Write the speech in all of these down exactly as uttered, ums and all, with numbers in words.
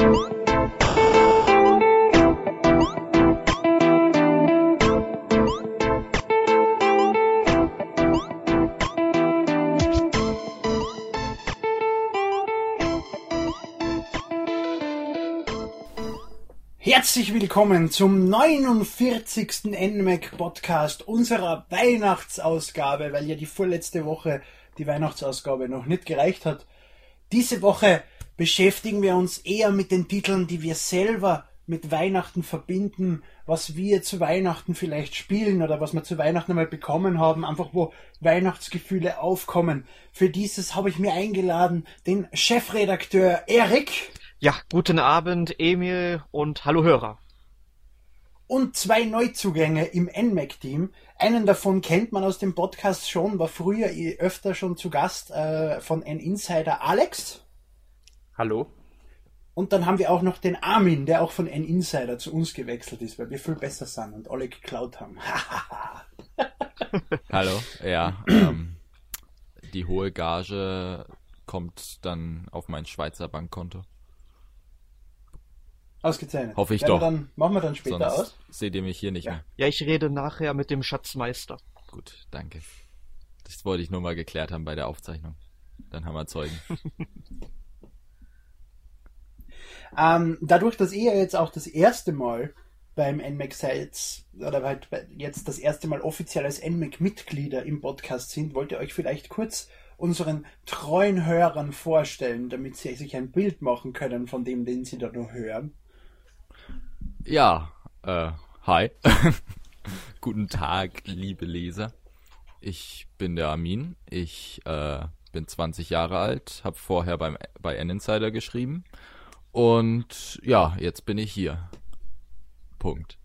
Herzlich willkommen zum neunundvierzigsten N M A C Podcast unserer Weihnachtsausgabe, weil ja die vorletzte Woche die Weihnachtsausgabe noch nicht gereicht hat. Diese Woche beschäftigen wir uns eher mit den Titeln, die wir selber mit Weihnachten verbinden, was wir zu Weihnachten vielleicht spielen oder was wir zu Weihnachten einmal bekommen haben, einfach wo Weihnachtsgefühle aufkommen. Für dieses habe ich mir eingeladen den Chefredakteur Erik. Ja, guten Abend, Emil und hallo Hörer. Und zwei Neuzugänge im N M A C-Team. Einen davon kennt man aus dem Podcast schon, war früher öfter schon zu Gast äh, von N-Insider Alex. Hallo. Und dann haben wir auch noch den Armin, der auch von N-Insider zu uns gewechselt ist, weil wir viel besser sind und alle geklaut haben. Hallo, ja. Ähm, die hohe Gage kommt dann auf mein Schweizer Bankkonto. Ausgezeichnet. Hoffe ich Werden doch. Wir dann, machen wir dann später Sonst aus. seht ihr mich hier nicht Ja. mehr. Ja, ich rede nachher mit dem Schatzmeister. Gut, danke. Das wollte ich nur mal geklärt haben bei der Aufzeichnung. Dann haben wir Zeugen. ähm, dadurch, dass ihr jetzt auch das erste Mal beim N M A C seid, oder halt jetzt das erste Mal offiziell als N M A C-Mitglieder im Podcast sind, wollt ihr euch vielleicht kurz unseren treuen Hörern vorstellen, damit sie sich ein Bild machen können von dem, den sie da nur hören. Ja, äh, hi. Guten Tag, liebe Leser. Ich bin der Armin. Ich äh, bin zwanzig Jahre alt, habe vorher beim bei N-Insider geschrieben und ja, jetzt bin ich hier. Punkt.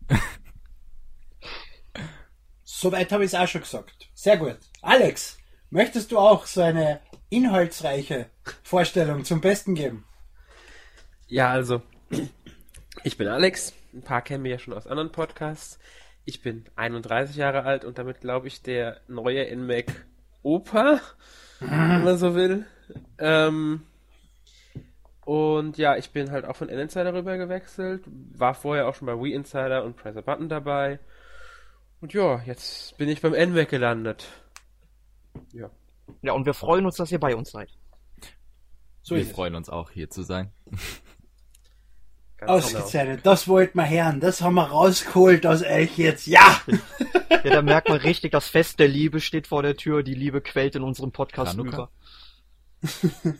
Soweit habe ich es auch schon gesagt. Sehr gut. Alex, möchtest du auch so eine inhaltsreiche Vorstellung zum Besten geben? Ja, also, ich bin Alex. Ein paar kennen mich ja schon aus anderen Podcasts. Ich bin einunddreißig Jahre alt und damit, glaube ich, der neue N M A C Opa, wenn man so will. Ähm, und ja, ich bin halt auch von N-Insider rüber gewechselt. War vorher auch schon bei WeInsider und Press a Button dabei. Und ja, jetzt bin ich beim N M A C gelandet. Ja. Ja, und wir freuen uns, dass ihr bei uns seid. So Wir ist es. freuen uns auch, hier zu sein. Ganz Ausgezeichnet, das wollten wir hören. Das haben wir rausgeholt aus euch jetzt. Ja! Ja, da merkt man richtig, das Fest der Liebe steht vor der Tür. Die Liebe quält in unserem Podcast Hanukkah? über.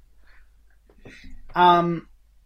ähm,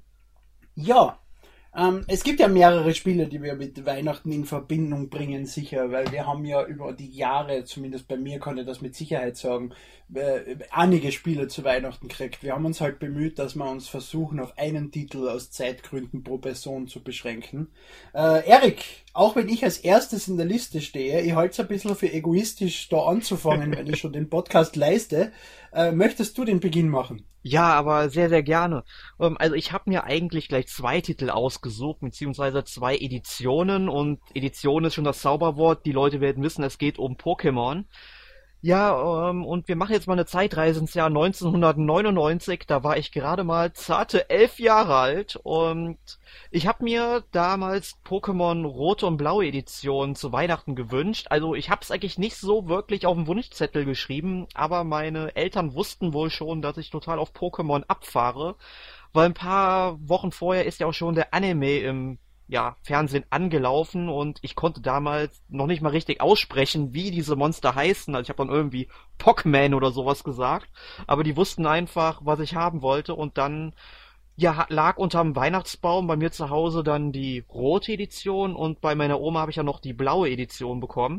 ja, ähm, es gibt ja mehrere Spiele, die wir mit Weihnachten in Verbindung bringen, sicher, weil wir haben ja über die Jahre, zumindest bei mir kann ich das mit Sicherheit sagen, äh, einige Spiele zu Weihnachten gekriegt. Wir haben uns halt bemüht, dass wir uns versuchen, auf einen Titel aus Zeitgründen pro Person zu beschränken. Äh, Erik, auch wenn ich als erstes in der Liste stehe, ich halte es ein bisschen für egoistisch, da anzufangen, wenn ich schon den Podcast leiste, äh, möchtest du den Beginn machen? Ja, aber sehr, sehr gerne. Ähm, also ich habe mir eigentlich gleich zwei Titel ausgesucht, beziehungsweise zwei Editionen. Und Edition ist schon das Zauberwort. Die Leute werden wissen, es geht um Pokémon. Ja, ähm, und wir machen jetzt mal eine Zeitreise ins Jahr neunzehnhundertneunundneunzig. Da war ich gerade mal zarte elf Jahre alt. Und ich habe mir damals Pokémon Rote und Blaue Edition zu Weihnachten gewünscht. Also ich habe es eigentlich nicht so wirklich auf den Wunschzettel geschrieben, aber meine Eltern wussten wohl schon, dass ich total auf Pokémon abfahre, weil ein paar Wochen vorher ist ja auch schon der Anime im ja, Fernsehen angelaufen und ich konnte damals noch nicht mal richtig aussprechen, wie diese Monster heißen. Also ich habe dann irgendwie Pockman oder sowas gesagt, aber die wussten einfach, was ich haben wollte und dann ja, lag unterm Weihnachtsbaum bei mir zu Hause dann die rote Edition und bei meiner Oma habe ich ja noch die blaue Edition bekommen.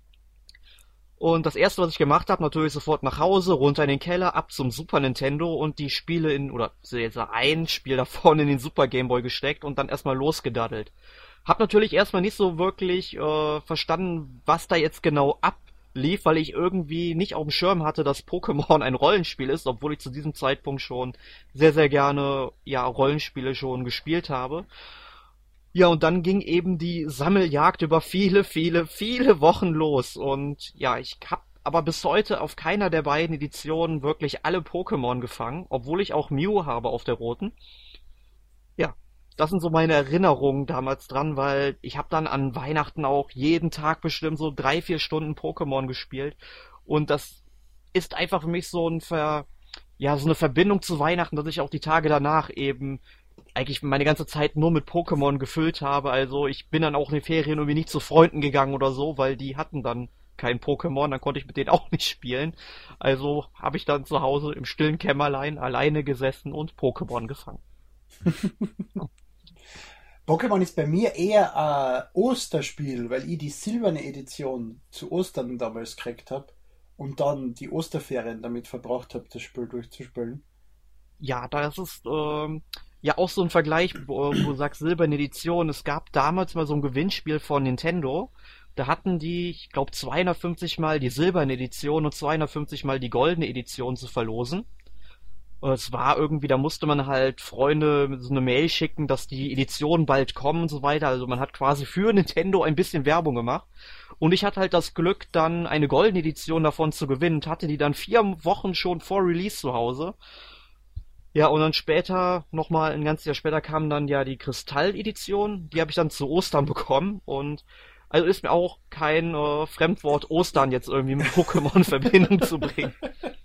Und das erste, was ich gemacht habe, natürlich sofort nach Hause, runter in den Keller, ab zum Super Nintendo und die Spiele in, oder jetzt ein Spiel davon in den Super Game Boy gesteckt und dann erstmal losgedaddelt. Hab natürlich erstmal nicht so wirklich äh, verstanden, was da jetzt genau ablief, weil ich irgendwie nicht auf dem Schirm hatte, dass Pokémon ein Rollenspiel ist, obwohl ich zu diesem Zeitpunkt schon sehr, sehr gerne ja Rollenspiele schon gespielt habe. Ja, und dann ging eben die Sammeljagd über viele, viele, viele Wochen los. Und ja, ich hab aber bis heute auf keiner der beiden Editionen wirklich alle Pokémon gefangen, obwohl ich auch Mew habe auf der roten. Ja, das sind so meine Erinnerungen damals dran, weil ich habe dann an Weihnachten auch jeden Tag bestimmt so drei, vier Stunden Pokémon gespielt. Und das ist einfach für mich so ein Ver, ja, so eine Verbindung zu Weihnachten, dass ich auch die Tage danach eben eigentlich meine ganze Zeit nur mit Pokémon gefüllt habe. Also ich bin dann auch in den Ferien irgendwie nicht zu Freunden gegangen oder so, weil die hatten dann kein Pokémon, dann konnte ich mit denen auch nicht spielen. Also habe ich dann zu Hause im stillen Kämmerlein alleine gesessen und Pokémon gefangen. Pokémon ist bei mir eher ein Osterspiel, weil ich die silberne Edition zu Ostern damals gekriegt habe und dann die Osterferien damit verbracht habe, das Spiel durchzuspielen. Ja, das ist ähm, ja auch so ein Vergleich, wo, wo du sagst silberne Edition. Es gab damals mal so ein Gewinnspiel von Nintendo. Da hatten die, ich glaube, zweihundertfünfzig Mal die silberne Edition und zweihundertfünfzig Mal die goldene Edition zu verlosen. Und es war irgendwie, da musste man halt Freunde so eine Mail schicken, dass die Editionen bald kommen und so weiter. Also man hat quasi für Nintendo ein bisschen Werbung gemacht. Und ich hatte halt das Glück, dann eine goldene Edition davon zu gewinnen und hatte die dann vier Wochen schon vor Release zu Hause. Ja, und dann später, nochmal ein ganzes Jahr später, kam dann ja die Kristall-Edition. Die habe ich dann zu Ostern bekommen. Und also ist mir auch kein äh, Fremdwort Ostern jetzt irgendwie mit Pokémon in Verbindung zu bringen.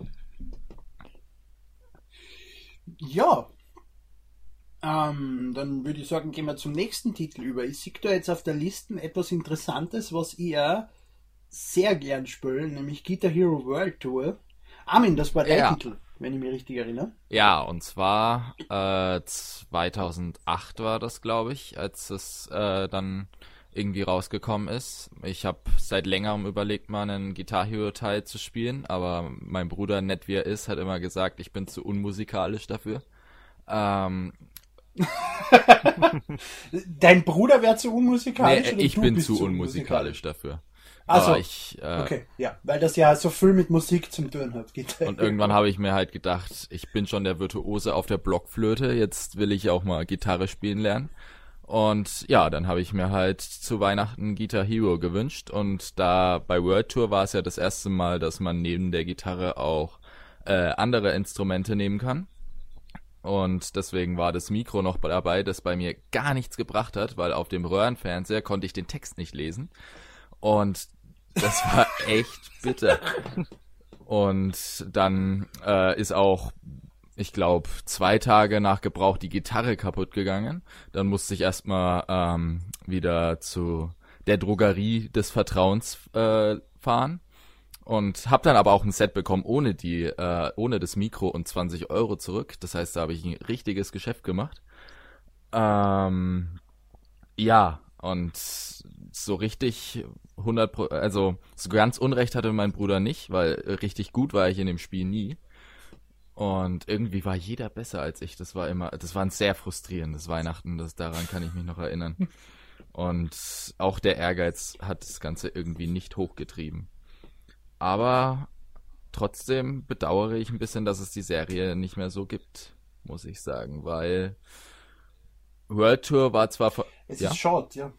Ja, ähm, dann würde ich sagen, gehen wir zum nächsten Titel über. Ich sehe da jetzt auf der Liste etwas Interessantes, was ich auch sehr gern spiele, nämlich Guitar Hero World Tour. Armin, das war dein Ja. Titel, wenn ich mich richtig erinnere. Ja, und zwar äh, zweitausendacht war das, glaube ich, als es äh, dann irgendwie rausgekommen ist. Ich habe seit längerem überlegt, mal einen Guitar Hero Teil zu spielen, aber mein Bruder, nett wie er ist, hat immer gesagt, ich bin zu unmusikalisch dafür. Ähm, Dein Bruder wäre zu nee, unmusikalisch? oder ich du bin bist zu unmusikalisch dafür. Also, Aber ich, äh, okay, ja, weil das ja so viel mit Musik zum tun hat. Guitar Und Hero. irgendwann habe ich mir halt gedacht, ich bin schon der Virtuose auf der Blockflöte, jetzt will ich auch mal Gitarre spielen lernen. Und ja, dann habe ich mir halt zu Weihnachten Guitar Hero gewünscht und da bei World Tour war es ja das erste Mal, dass man neben der Gitarre auch äh, andere Instrumente nehmen kann. Und deswegen war das Mikro noch dabei, das bei mir gar nichts gebracht hat, weil auf dem Röhrenfernseher konnte ich den Text nicht lesen. Und das war echt bitter. Und dann äh, ist auch, ich glaube, zwei Tage nach Gebrauch die Gitarre kaputt gegangen. Dann musste ich erstmal ähm, wieder zu der Drogerie des Vertrauens äh, fahren. Und habe dann aber auch ein Set bekommen ohne die, äh, ohne das Mikro und zwanzig Euro zurück. Das heißt, da habe ich ein richtiges Geschäft gemacht. Ähm, ja, und so richtig hundert Pro, also so ganz Unrecht hatte mein Bruder nicht, weil richtig gut war ich in dem Spiel nie. Und irgendwie war jeder besser als ich. Das war immer, das war ein sehr frustrierendes Weihnachten. Das, daran kann ich mich noch erinnern. Und auch der Ehrgeiz hat das Ganze irgendwie nicht hochgetrieben. Aber trotzdem bedauere ich ein bisschen, dass es die Serie nicht mehr so gibt, muss ich sagen, weil World Tour war zwar ver- Es ja? ist short, ja.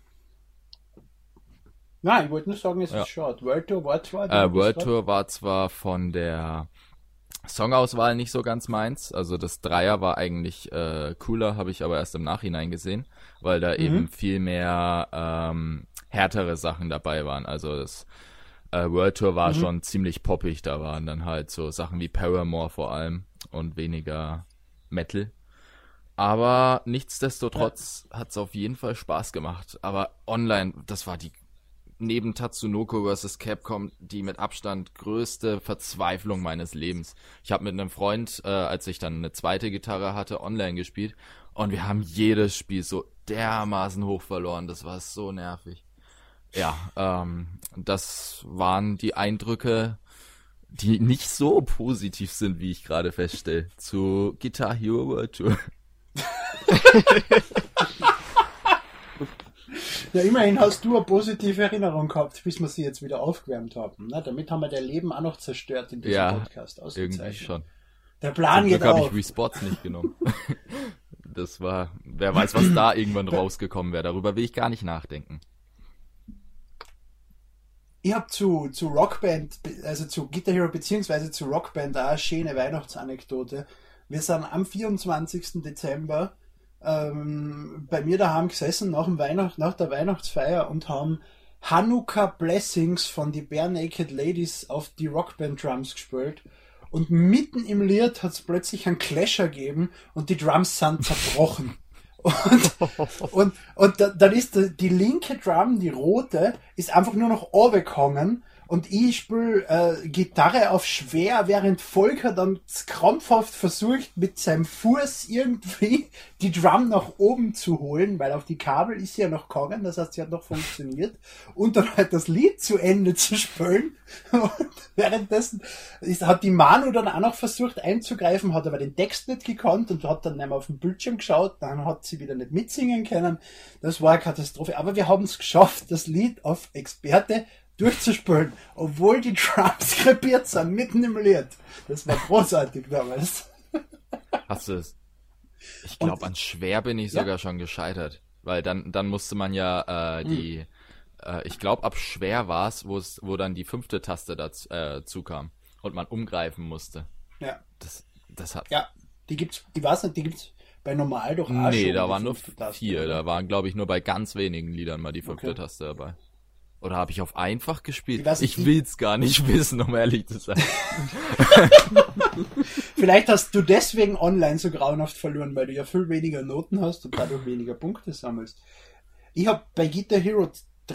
Nein, ich wollte nur sagen, es Ja. ist short. World Tour war zwar... Äh, World Tour war zwar von der Songauswahl nicht so ganz meins, also das Dreier war eigentlich äh, cooler, habe ich aber erst im Nachhinein gesehen, weil da Mhm. eben viel mehr ähm, härtere Sachen dabei waren. Also das äh, World Tour war Mhm. schon ziemlich poppig, da waren dann halt so Sachen wie Paramore vor allem und weniger Metal. Aber nichtsdestotrotz hat's auf jeden Fall Spaß gemacht. Aber online, das war die neben Tatsunoko versus. Capcom die mit Abstand größte Verzweiflung meines Lebens. Ich habe mit einem Freund, äh, als ich dann eine zweite Gitarre hatte, online gespielt und wir haben jedes Spiel so dermaßen hoch verloren. Das war so nervig. Ja, ähm, das waren die Eindrücke, die nicht so positiv sind, wie ich gerade feststelle, zu Guitar Hero World Tour. Ja, immerhin hast du eine positive Erinnerung gehabt, bis wir sie jetzt wieder aufgewärmt haben. Na, damit haben wir dein Leben auch noch zerstört in diesem Ja, Podcast. Irgendwie Ausgezeichnet. schon. Der Plan Zum geht Glück habe auf. ich Wii Sports nicht genommen. Das war, wer weiß, was da irgendwann rausgekommen wäre. Darüber will ich gar nicht nachdenken. Ich habe zu, zu Rockband, also zu Guitar Hero beziehungsweise zu Rockband auch eine schöne Weihnachtsanekdote. Wir sind am vierundzwanzigsten Dezember ähm, bei mir daheim gesessen nach, dem Weihnacht, nach der Weihnachtsfeier und haben Hanukkah Blessings von die Bare Naked Ladies auf die Rockband Drums gespielt. Und mitten im Lied hat es plötzlich einen Clasher gegeben und die Drums sind zerbrochen. Und, und, und da, dann ist die, die linke Drum, die rote, ist einfach nur noch runtergegangen und ich spiele äh, Gitarre auf schwer, während Volker dann krampfhaft versucht, mit seinem Fuß irgendwie die Drum nach oben zu holen, weil auf die Kabel ist sie ja noch gegangen, das heißt, sie hat noch funktioniert und dann halt das Lied zu Ende zu spielen und währenddessen ist, hat die Manu dann auch noch versucht einzugreifen, hat aber den Text nicht gekannt und hat dann nicht mehr auf den Bildschirm geschaut, dann hat sie wieder nicht mitsingen können, das war eine Katastrophe, aber wir haben es geschafft, das Lied auf Experte durchzuspielen, obwohl die Drums krepiert sind, mitten im Lied. Das war großartig damals. Hast du es? Ich glaube, an schwer bin ich ja. sogar schon gescheitert. Weil dann, dann musste man ja äh, die, hm. äh, ich glaube, ab schwer war es, wo dann die fünfte Taste dazu äh, zukam und man umgreifen musste. Ja. Das, das hat. Ja, die gibt's, die weiß nicht, die gibt's bei normal doch auch Nee, schon da waren nur Taste, vier. oder? Da waren, glaube ich, nur bei ganz wenigen Liedern mal die fünfte Okay. Taste dabei. Oder habe ich auf einfach gespielt? Ich weiß nicht, Ich will's gar nicht wissen, um ehrlich zu sein. Vielleicht hast du deswegen online so grauenhaft verloren, weil du ja viel weniger Noten hast und dadurch weniger Punkte sammelst. Ich habe bei Guitar Hero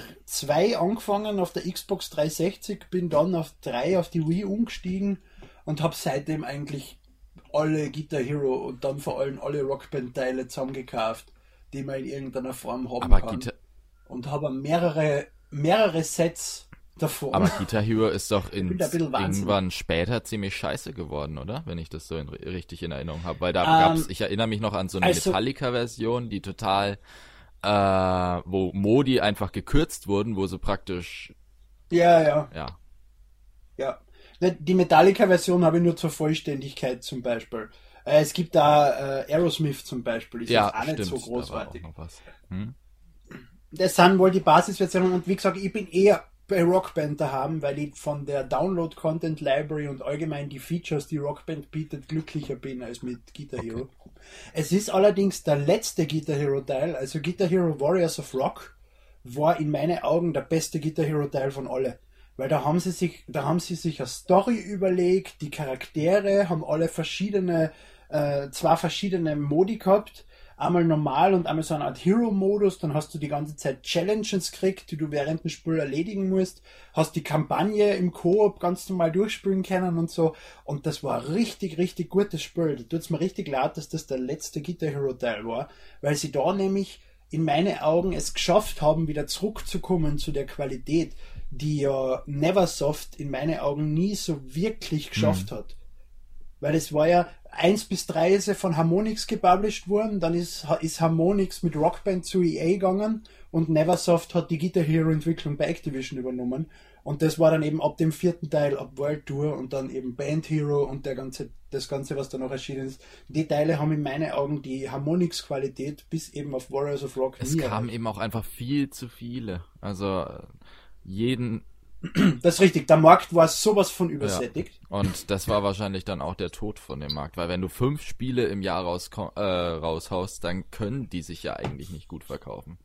zwei angefangen auf der Xbox dreihundertsechzig, bin dann auf drei auf die Wii umgestiegen und habe seitdem eigentlich alle Guitar Hero und dann vor allem alle Rockband-Teile zusammengekauft, die man in irgendeiner Form haben Aber kann. Guitar Und habe mehrere, mehrere Sets davon. Aber Guitar Hero ist doch in, bin da ein bisschen wahnsinnig. irgendwann später ziemlich scheiße geworden, oder? Wenn ich das so in, richtig in Erinnerung habe. Weil da Ähm, gab's, ich erinnere mich noch an so eine also- Metallica-Version, die total, äh, wo Modi einfach gekürzt wurden, wo so praktisch, Ja, ja, ja. ja. Die Metallica-Version habe ich nur zur Vollständigkeit zum Beispiel. Äh, Es gibt da äh, Aerosmith zum Beispiel, ist Ja, jetzt auch nicht stimmt, so da war auch großartig. noch was. Hm? Das sind wohl die Basisversionen und wie gesagt, ich bin eher bei Rockband daheim, weil ich von der Download-Content Library und allgemein die Features, die Rockband bietet, glücklicher bin als mit Guitar Okay. Hero. Es ist allerdings der letzte Guitar Hero Teil, also Guitar Hero Warriors of Rock war in meinen Augen der beste Guitar Hero Teil von alle. Weil da haben sie sich, da haben sie sich eine Story überlegt, die Charaktere haben alle verschiedene, äh, zwei verschiedene Modi gehabt. Einmal normal und einmal so eine Art Hero-Modus, dann hast du die ganze Zeit Challenges gekriegt, die du während dem Spiel erledigen musst, hast die Kampagne im Koop ganz normal durchspielen können und so, und das war ein richtig, richtig gutes Spiel. Da tut's mir richtig leid, dass das der letzte Guitar Hero Teil war, weil sie da nämlich in meinen Augen es geschafft haben, wieder zurückzukommen zu der Qualität, die ja Neversoft in meinen Augen nie so wirklich geschafft Mhm. hat. Weil es war ja, eins bis drei ist ja von Harmonix gepublished worden, dann ist, ist Harmonix mit Rockband zu E A gegangen und Neversoft hat die Guitar Hero Entwicklung bei Activision übernommen. Und das war dann eben ab dem vierten Teil, ab World Tour und dann eben Band Hero und der ganze, das Ganze, was da noch erschienen ist. Die Teile haben in meinen Augen die Harmonix-Qualität bis eben auf Warriors of Rock Es nie kamen erreicht. eben auch einfach viel zu viele. Also, äh, jeden, Das ist richtig, der Markt war sowas von übersättigt. und das war wahrscheinlich dann auch der Tod von dem Markt, weil wenn du fünf Spiele im Jahr raus, äh, raushaust, dann können die sich ja eigentlich nicht gut verkaufen.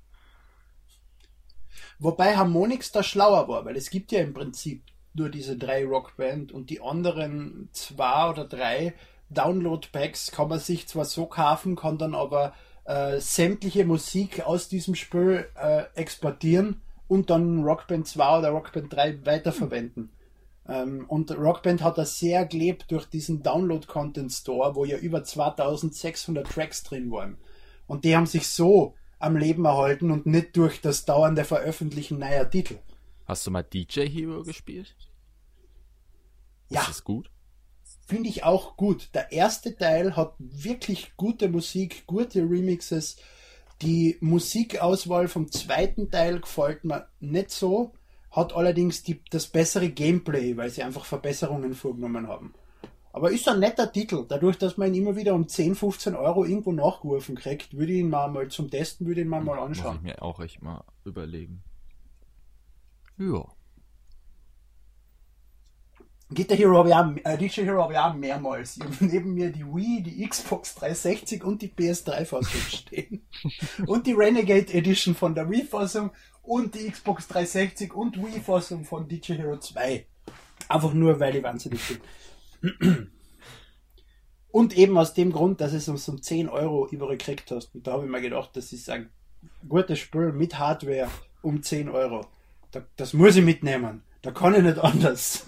Wobei Harmonix da schlauer war, weil es gibt ja im Prinzip nur diese drei Rockband und die anderen zwei oder drei Download-Packs kann man sich zwar so kaufen, kann dann aber äh, sämtliche Musik aus diesem Spiel äh, exportieren und dann Rockband zwei oder Rockband drei weiterverwenden. Ähm, und Rockband hat da sehr gelebt durch diesen Download-Content-Store, wo ja über zweitausendsechshundert Tracks drin waren. Und die haben sich so am Leben erhalten und nicht durch das dauernde Veröffentlichen neuer Titel. Hast du mal D J Hero gespielt? Ja. Ist das gut? Finde ich auch gut. Der erste Teil hat wirklich gute Musik, gute Remixes. Die Musikauswahl vom zweiten Teil gefällt mir nicht so, hat allerdings die, das bessere Gameplay, weil sie einfach Verbesserungen vorgenommen haben. Aber ist ein netter Titel. Dadurch, dass man ihn immer wieder um zehn, fünfzehn Euro irgendwo nachgeworfen kriegt, würde ich ihn mal, mal zum Testen, würde ich ihn mal, mal Muss ich anschauen. mir auch echt mal überlegen. Ja. Guitar Hero habe ich auch, äh, D J Hero habe ich auch mehrmals. Ich habe neben mir die Wii, die Xbox dreihundertsechzig und die P S drei Fassung stehen. Und die Renegade Edition von der Wii-Fassung und die Xbox dreihundertsechzig und Wii-Fassung von D J Hero zwei. Einfach nur, weil ich wahnsinnig bin. Und eben aus dem Grund, dass es uns um zehn Euro übergekriegt hast. Und da habe ich mir gedacht, das ist ein gutes Spiel mit Hardware um zehn Euro. Da, das muss ich mitnehmen. Da kann ich nicht anders.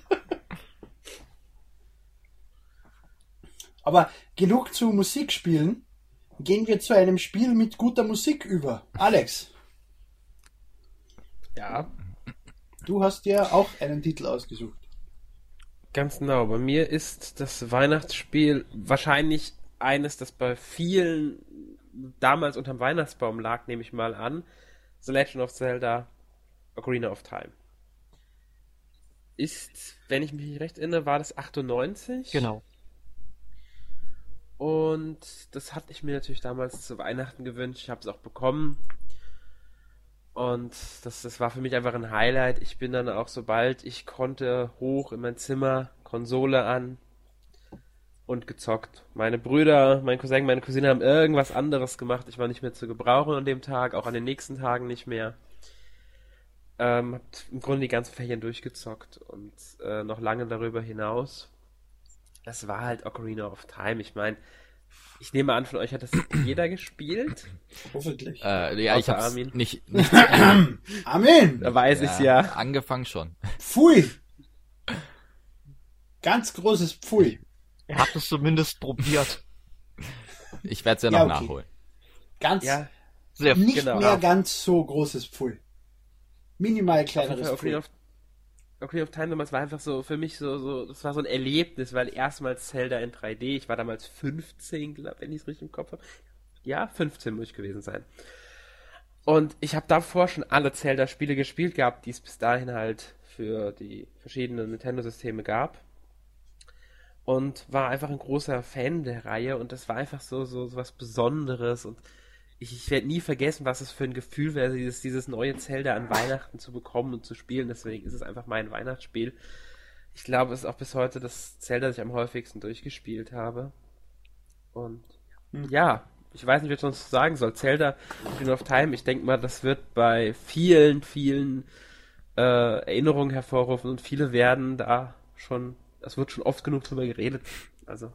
Aber genug zu Musik spielen. Gehen wir zu einem Spiel mit guter Musik über. Alex. Ja. Du hast ja auch einen Titel ausgesucht. Ganz genau. Bei mir ist das Weihnachtsspiel wahrscheinlich eines, das bei vielen damals unterm Weihnachtsbaum lag, nehme ich mal an. The Legend of Zelda Ocarina of Time. Ist, wenn ich mich recht erinnere, war das achtundneunzig. Genau. Und das hatte ich mir natürlich damals zu Weihnachten gewünscht. Ich habe es auch bekommen. Und das, das war für mich einfach ein Highlight. Ich bin dann auch, sobald ich konnte, hoch in mein Zimmer, Konsole an und gezockt. Meine Brüder, mein Cousin, meine Cousine haben irgendwas anderes gemacht. Ich war nicht mehr zu gebrauchen an dem Tag, auch an den nächsten Tagen nicht mehr. Ähm, hab im Grunde die ganzen Ferien durchgezockt und äh, noch lange darüber hinaus. Das war halt Ocarina of Time. Ich meine, ich nehme an, von euch hat das jeder gespielt. Hoffentlich. Äh, ja, ich Außer hab's Armin. nicht, nicht zu Ende. Amen! Da weiß ich's ja. Angefangen schon. Pfui! Ganz großes Pfui. Ihr habt es zumindest probiert. Ich werde es ja Ja, noch okay. nachholen. Ganz, Ja, Sehr nicht genau. mehr ganz so großes Pfui. Minimal auf jeden kleineres Fall Pfui. Ocarina of, Ocarina of Time damals war einfach so für mich so, so, das war so ein Erlebnis, weil erstmals Zelda in drei D, ich war damals fünfzehn, glaub, wenn ich es richtig im Kopf habe. Ja, fünfzehn muss ich gewesen sein. Und ich habe davor schon alle Zelda-Spiele gespielt gehabt, die es bis dahin halt für die verschiedenen Nintendo-Systeme gab. Und war einfach ein großer Fan der Reihe und das war einfach so, so, so was Besonderes und ich, ich werde nie vergessen, was es für ein Gefühl wäre, dieses, dieses neue Zelda an Weihnachten zu bekommen und zu spielen, deswegen ist es einfach mein Weihnachtsspiel. Ich glaube, es ist auch bis heute das Zelda, das ich am häufigsten durchgespielt habe. Und Hm. ja, ich weiß nicht, was ich sonst sagen soll. Zelda Ocarina of Time, ich denke mal, das wird bei vielen, vielen äh, Erinnerungen hervorrufen und viele werden da schon, es wird schon oft genug drüber geredet. Also,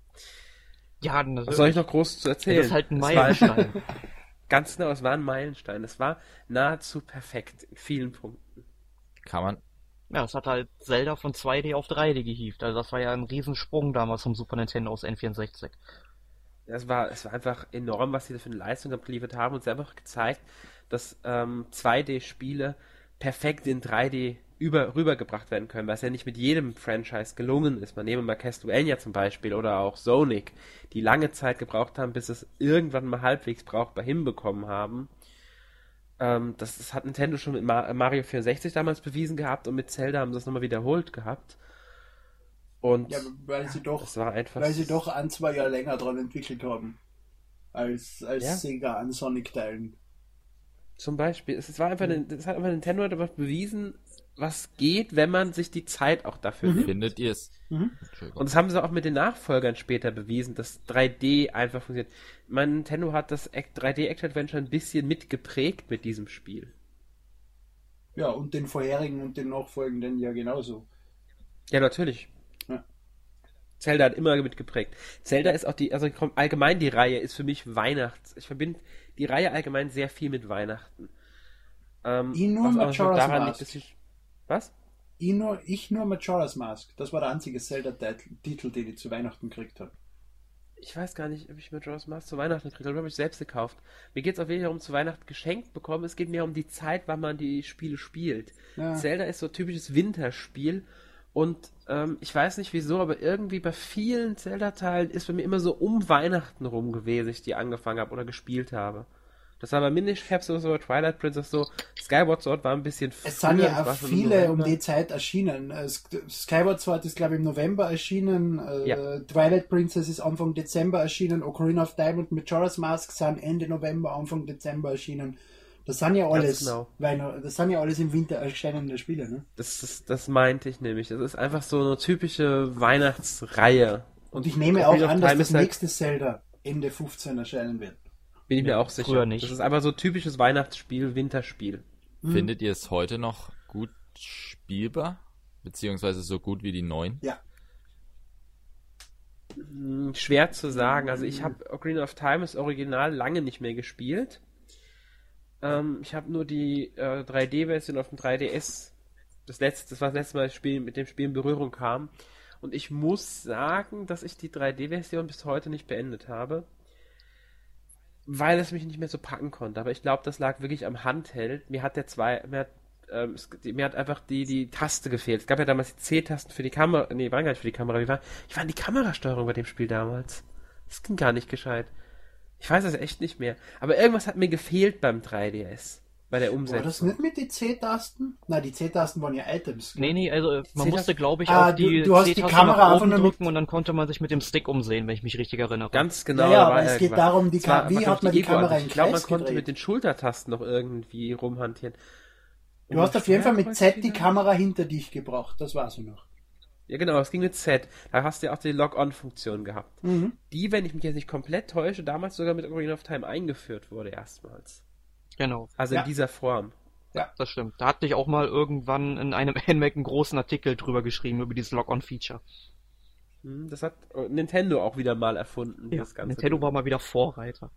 Ja, was natürlich. soll ich noch groß zu erzählen? Das ist halt ein Es war- Meilenstein. Ganz genau, es war ein Meilenstein. Es war nahezu perfekt in vielen Punkten. Kann man. Ja, es hat halt Zelda von zwei D auf drei D gehievt. Also das war ja ein Riesensprung damals vom Super Nintendo aus N vierundsechzig. Es war, es war einfach enorm, was sie da für eine Leistung abgeliefert haben und sie haben auch gezeigt, dass ähm, zwei D-Spiele perfekt in drei D über, rübergebracht werden können, was ja nicht mit jedem Franchise gelungen ist. Man nehme mal Castlevania zum Beispiel oder auch Sonic, die lange Zeit gebraucht haben, bis es irgendwann mal halbwegs brauchbar hinbekommen haben. Ähm, das, das hat Nintendo schon mit Ma- Mario vierundsechzig damals bewiesen gehabt und mit Zelda haben sie es nochmal wiederholt gehabt. Und Ja, weil sie doch, es war einfach... weil sie doch ein, zwei Jahre länger dran entwickelt haben. Als, als Ja. Sega an Sonic-Teilen. Zum Beispiel, es war einfach, es hat einfach Nintendo hat einfach bewiesen, was geht, wenn man sich die Zeit auch dafür nimmt. Findet ihr es? Mhm. Entschuldigung. Und das haben sie auch mit den Nachfolgern später bewiesen, dass drei D einfach funktioniert. Mein Nintendo hat das Act- drei D Action Adventure ein bisschen mitgeprägt mit diesem Spiel. Ja, und den vorherigen und den nachfolgenden ja genauso. Ja, natürlich. Ja. Zelda hat immer mitgeprägt. Zelda ist auch die, also komm, allgemein die Reihe ist für mich Weihnachts. Ich verbinde die Reihe allgemein sehr viel mit Weihnachten. Ähm, Ich nur was auch Majora's daran Mask. liegt, dass ich, was? Ich nur, ich nur Majora's Mask. Das war der einzige Zelda-Titel, den ich zu Weihnachten gekriegt habe. Ich weiß gar nicht, ob ich Majora's Mask zu Weihnachten gekriegt habe, oder habe ich selbst gekauft. Mir geht es auch weniger um zu Weihnachten geschenkt bekommen, es geht mehr um die Zeit, wann man die Spiele spielt. Ja. Zelda ist so ein typisches Winterspiel und ähm, ich weiß nicht wieso, aber irgendwie bei vielen Zelda-Teilen ist bei mir immer so um Weihnachten rum gewesen, ich die angefangen habe oder gespielt habe. Das war bei Minish Cap so, so, Twilight Princess so, Skyward Sword war ein bisschen früher. Es sind das ja war auch schon im viele um November. die Zeit erschienen. Äh, Sk- Skyward Sword ist, glaube ich, im November erschienen. Äh, Ja. Twilight Princess ist Anfang Dezember erschienen. Ocarina of Time und Majora's Mask sind Ende November, Anfang Dezember erschienen. Das sind ja alles, genau. Weihnacht- das sind ja alles im Winter erscheinende Spiele, ne? Das, das, das meinte ich nämlich. Das ist einfach so eine typische Weihnachtsreihe. Und ich nehme auch Ocarina of an, dass Time das ist halt- nächste Zelda Ende fünfzehn erscheinen wird. Bin ich mir Ja, auch sicher. früher nicht. Das ist einfach so typisches Weihnachtsspiel, Winterspiel. Findet ihr es heute noch gut spielbar? Beziehungsweise so gut wie die neuen? Ja. Hm, schwer zu sagen. Also ich habe Ocarina of Time, das Original, lange nicht mehr gespielt. Ähm, ich habe nur die äh, drei D-Version auf dem drei D S. Das letzte, das war das letzte Mal, das Spiel, mit dem Spiel in Berührung kam. Und ich muss sagen, dass ich die drei D-Version bis heute nicht beendet habe. Weil es mich nicht mehr so packen konnte. Aber ich glaube, das lag wirklich am Handheld. Mir hat der zwei, mir hat, ähm, es, die, mir hat einfach die, die Taste gefehlt. Es gab ja damals die C-Tasten für die Kamera. Nee, waren gar nicht für die Kamera. Wie war, ich war in die Kamerasteuerung bei dem Spiel damals. Das ging gar nicht gescheit. Ich weiß das echt nicht mehr. Aber irgendwas hat mir gefehlt beim drei D S. Bei der Umsetzung. War das nicht mit den C-Tasten? Nein, die C-Tasten waren ja Items. Nee, nee, also äh, man C-Taste- musste, glaube ich, Ah, auf die du- du hast die C-Taste Kamera nach einfach oben nur mit- drücken und dann konnte man sich mit dem Stick umsehen, wenn ich mich richtig erinnere. Ganz genau. Ja, ja, da aber war es geht irgendwas. darum, die Es war- Ka- wie war, hat glaub man die Ego-Ansicht. Kamera im Ich glaube, man Kreis konnte gedreht? mit den Schultertasten noch irgendwie rumhantieren. Du hast auf jeden Fall mit Z die Steuerkreuz wieder? Kamera hinter dich gebracht, das war's noch. Ja, genau, es ging mit Z. Da hast du ja auch die Lock-on-Funktion gehabt. Mhm. Die, wenn ich mich jetzt nicht komplett täusche, damals sogar mit Ocarina of Time eingeführt wurde erstmals. Genau, Also Ja. in dieser Form. das stimmt. Da hatte ich auch mal irgendwann in einem N M A C einen großen Artikel drüber geschrieben, über dieses Lock-on-Feature. Hm, Das hat äh, Nintendo auch wieder mal erfunden, Ja, das Ganze. Nintendo war mal wieder Vorreiter.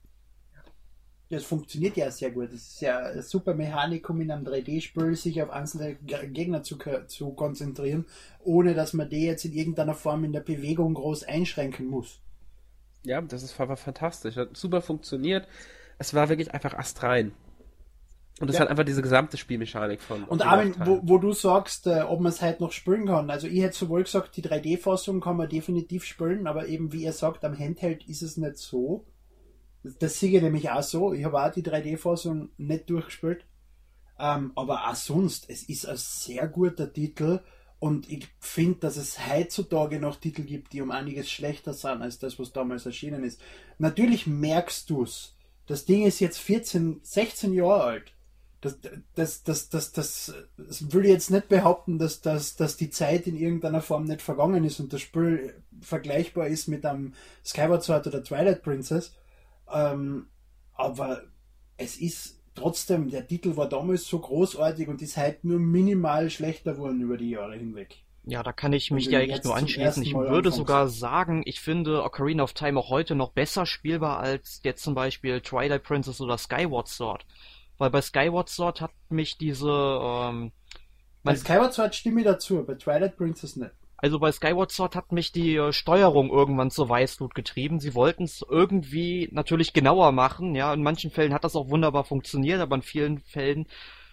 Das funktioniert ja sehr gut. Das ist ja eine super Mechanik, um in einem drei D-Spiel sich auf einzelne G- Gegner zu, k- zu konzentrieren, ohne dass man die jetzt in irgendeiner Form in der Bewegung groß einschränken muss. Ja, das ist, war fantastisch. Hat super funktioniert. Es war wirklich einfach astrein. Und es Ja. hat einfach diese gesamte Spielmechanik von Und Ocarina Armin, of Time. wo, wo du sagst, äh, ob man es halt noch spielen kann. Also ich hätte sowohl gesagt, die drei D-Fassung kann man definitiv spielen, aber eben wie ihr sagt, am Handheld ist es nicht so. Das, das sehe ich nämlich auch so. Ich habe auch die drei D-Fassung nicht durchgespielt. Ähm, aber auch sonst, es ist ein sehr guter Titel und ich finde, dass es heutzutage noch Titel gibt, die um einiges schlechter sind als das, was damals erschienen ist. Natürlich merkst du's. Das Ding ist jetzt vierzehn, sechzehn Jahre alt. Das, das, das, das, das, das will ich jetzt nicht behaupten, dass, dass, dass die Zeit in irgendeiner Form nicht vergangen ist und das Spiel vergleichbar ist mit einem Skyward Sword oder Twilight Princess. Ähm, aber es ist trotzdem, der Titel war damals so großartig und ist halt nur minimal schlechter geworden über die Jahre hinweg. Ja, da kann ich mich Wenn dir du eigentlich jetzt nur zum anschließen. ersten Ich Mal würde anfängst. sogar sagen, ich finde Ocarina of Time auch heute noch besser spielbar als jetzt zum Beispiel Twilight Princess oder Skyward Sword. Weil bei Skyward Sword hat mich diese, ähm, Bei man, Skyward Sword stimme ich dazu, bei Twilight Princess nicht. also bei Skyward Sword hat mich die äh, Steuerung irgendwann zur Weißglut getrieben. Sie wollten es irgendwie natürlich genauer machen, ja. In manchen Fällen hat das auch wunderbar funktioniert, aber in vielen Fällen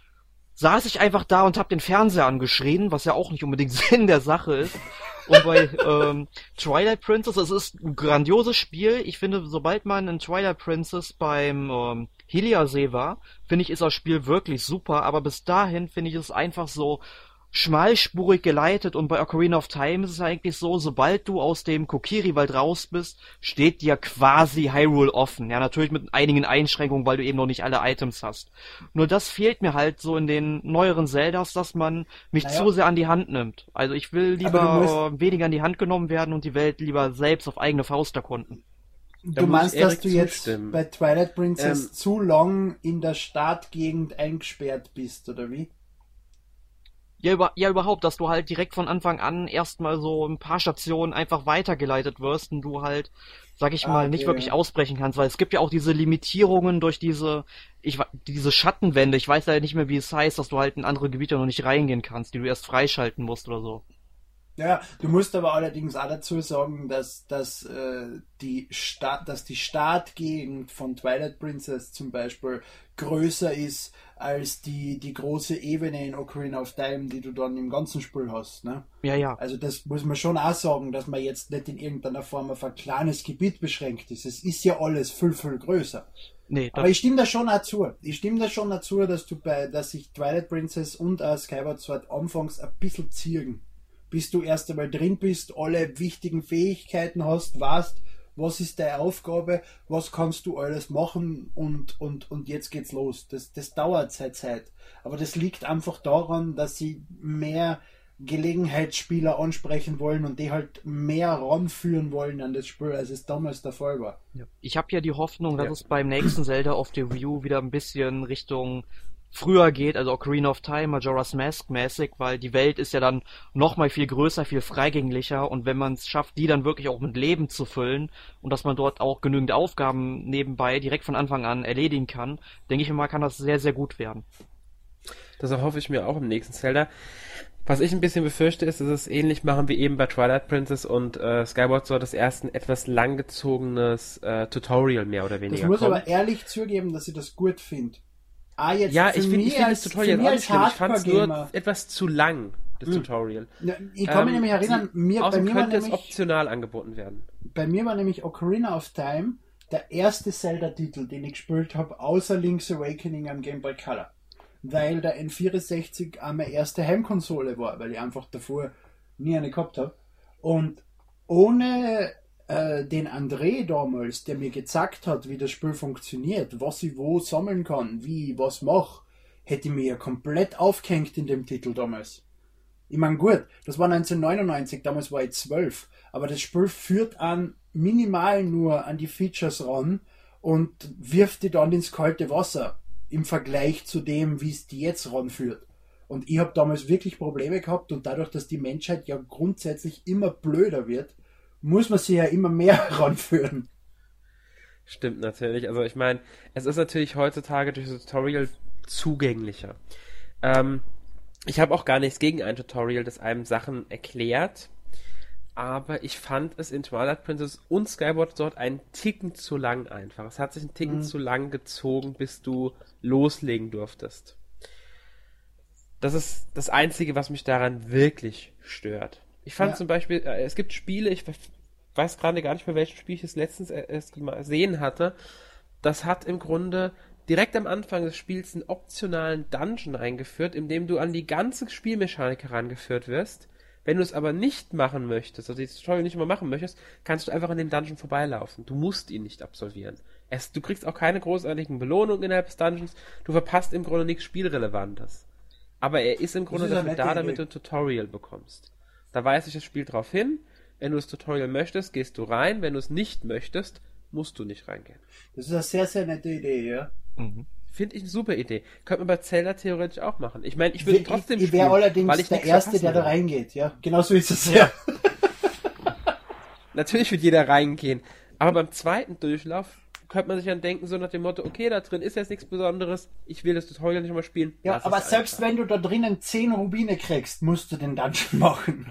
saß ich einfach da und habe den Fernseher angeschrien, was ja auch nicht unbedingt Sinn der Sache ist. Und bei ähm, Twilight Princess, es ist ein grandioses Spiel. Ich finde, sobald man in Twilight Princess beim ähm, Hylia-See war, finde ich, ist das Spiel wirklich super. Aber bis dahin finde ich es einfach so schmalspurig geleitet. Und bei Ocarina of Time ist es eigentlich so, sobald du aus dem Kokiri-Wald raus bist, steht dir quasi Hyrule offen. Ja, natürlich mit einigen Einschränkungen, weil du eben noch nicht alle Items hast. Nur das fehlt mir halt so in den neueren Zeldas, dass man mich Naja. zu sehr an die Hand nimmt. Also ich will Aber lieber du musst- äh, weniger an die Hand genommen werden und die Welt lieber selbst auf eigene Faust erkunden. Da Du muss meinst, ich dass Erik du jetzt zustimmen. bei Twilight Princess Ähm, zu lang in der Startgegend eingesperrt bist, oder wie? Ja, über, ja, überhaupt, dass du halt direkt von Anfang an erstmal so ein paar Stationen einfach weitergeleitet wirst und du halt, sag ich Ah, mal, nicht okay. wirklich ausbrechen kannst, weil es gibt ja auch diese Limitierungen durch diese, ich, wa- diese Schattenwände, ich weiß leider nicht mehr, wie es heißt, dass du halt in andere Gebiete noch nicht reingehen kannst, die du erst freischalten musst oder so. Ja, du musst aber allerdings auch dazu sagen, dass, dass, äh, die Sta dass die Startgegend von Twilight Princess zum Beispiel größer ist als die, die große Ebene in Ocarina of Time, die du dann im ganzen Spiel hast. Ne? Ja, ja. Also das muss man schon auch sagen, dass man jetzt nicht in irgendeiner Form auf ein kleines Gebiet beschränkt ist. Es ist ja alles viel, viel größer. Nee, Aber ich stimme da schon dazu. Ich stimme da schon dazu, dass du bei, dass sich Twilight Princess und auch Skyward Sword anfangs ein bisschen ziehen. Bis du erst einmal drin bist, alle wichtigen Fähigkeiten hast, weißt, was ist deine Aufgabe, was kannst du alles machen und, und, und jetzt geht's los. Das, das dauert seit Zeit. Aber das liegt einfach daran, dass sie mehr Gelegenheitsspieler ansprechen wollen und die halt mehr ranführen wollen an das Spiel, als es damals der Fall war. Ja. Ich habe ja die Hoffnung, dass Ja. es beim nächsten Zelda auf der Wii U wieder ein bisschen Richtung früher geht, also Ocarina of Time, Majora's Mask mäßig, weil die Welt ist ja dann noch mal viel größer, viel freigänglicher und wenn man es schafft, die dann wirklich auch mit Leben zu füllen und dass man dort auch genügend Aufgaben nebenbei direkt von Anfang an erledigen kann, denke ich mal, kann das sehr, sehr gut werden. Das erhoffe ich mir auch im nächsten Zelda. Was ich ein bisschen befürchte, ist, dass es ähnlich machen wie eben bei Twilight Princess und äh, Skyward Sword, das erste ein etwas langgezogenes äh, Tutorial mehr oder weniger Ich muss kommt. aber ehrlich zugeben, dass ich das gut finde. Ah, jetzt Ja, für ich finde mich ich find das als, Tutorial für mich auch als nicht schlimm. Ich fand es nur Hardcore-Gamer. etwas zu lang, das Hm. Tutorial. Ja, ich kann mich Ähm, nämlich erinnern, mir, bei, Außerdem mir war könnte es nämlich, optional angeboten werden. bei mir war nämlich Ocarina of Time der erste Zelda-Titel, den ich gespielt habe, außer Link's Awakening am Game Boy Color. Weil der N vierundsechzig auch meine erste Heimkonsole war, weil ich einfach davor nie eine gehabt habe. Und ohne äh, den André damals, der mir gezeigt hat, wie das Spiel funktioniert, was ich wo sammeln kann, wie ich was mache, hätte ich mir ja komplett aufgehängt in dem Titel damals. Ich meine, gut, das war neunzehnhundertneunundneunzig, damals war ich zwölf, aber das Spiel führt an minimal nur an die Features ran und wirft die dann ins kalte Wasser im Vergleich zu dem, wie es die jetzt ranführt. Und ich habe damals wirklich Probleme gehabt und dadurch, dass die Menschheit ja grundsätzlich immer blöder wird, muss man sie ja immer mehr ranführen. Stimmt natürlich. Also ich meine, es ist natürlich heutzutage durch das Tutorial zugänglicher. Ähm, ich habe auch gar nichts gegen ein Tutorial, das einem Sachen erklärt, aber ich fand es in Twilight Princess und Skyward Sword einen Ticken zu lang einfach. Es hat sich einen Ticken Mhm. zu lang gezogen, bis du loslegen durftest. Das ist das Einzige, was mich daran wirklich stört. Ich fand Ja. zum Beispiel, äh, es gibt Spiele, ich we- weiß gerade gar nicht mehr, welches Spiel ich es letztens äh, erst gesehen hatte. Das hat im Grunde direkt am Anfang des Spiels einen optionalen Dungeon eingeführt, in dem du an die ganze Spielmechanik herangeführt wirst. Wenn du es aber nicht machen möchtest, also dieses Tutorial nicht mehr machen möchtest, kannst du einfach an dem Dungeon vorbeilaufen. Du musst ihn nicht absolvieren. Es, du kriegst auch keine großartigen Belohnungen innerhalb des Dungeons. Du verpasst im Grunde nichts Spielrelevantes. Aber er ist im Grunde ist eine dafür nette da, Idee. damit du ein Tutorial bekommst. Da weist sich das Spiel drauf hin. Wenn du das Tutorial möchtest, gehst du rein. Wenn du es nicht möchtest, musst du nicht reingehen. Das ist eine sehr, sehr nette Idee, ja. Mhm. Finde ich eine super Idee. Könnte man bei Zelda theoretisch auch machen. Ich meine, ich würde Ich, trotzdem ich, ich wäre spielen, allerdings weil ich der nichts Erste, verpassen der da will. reingeht, ja. Genau so ist es, ja. Natürlich wird jeder reingehen. Aber beim zweiten Durchlauf könnte man sich dann denken, so nach dem Motto, okay, da drin ist jetzt nichts Besonderes, ich will das Tutorial nicht mal spielen. Ja, Lass aber es selbst einfach. wenn du da drinnen zehn Rubine kriegst, musst du den Dungeon machen.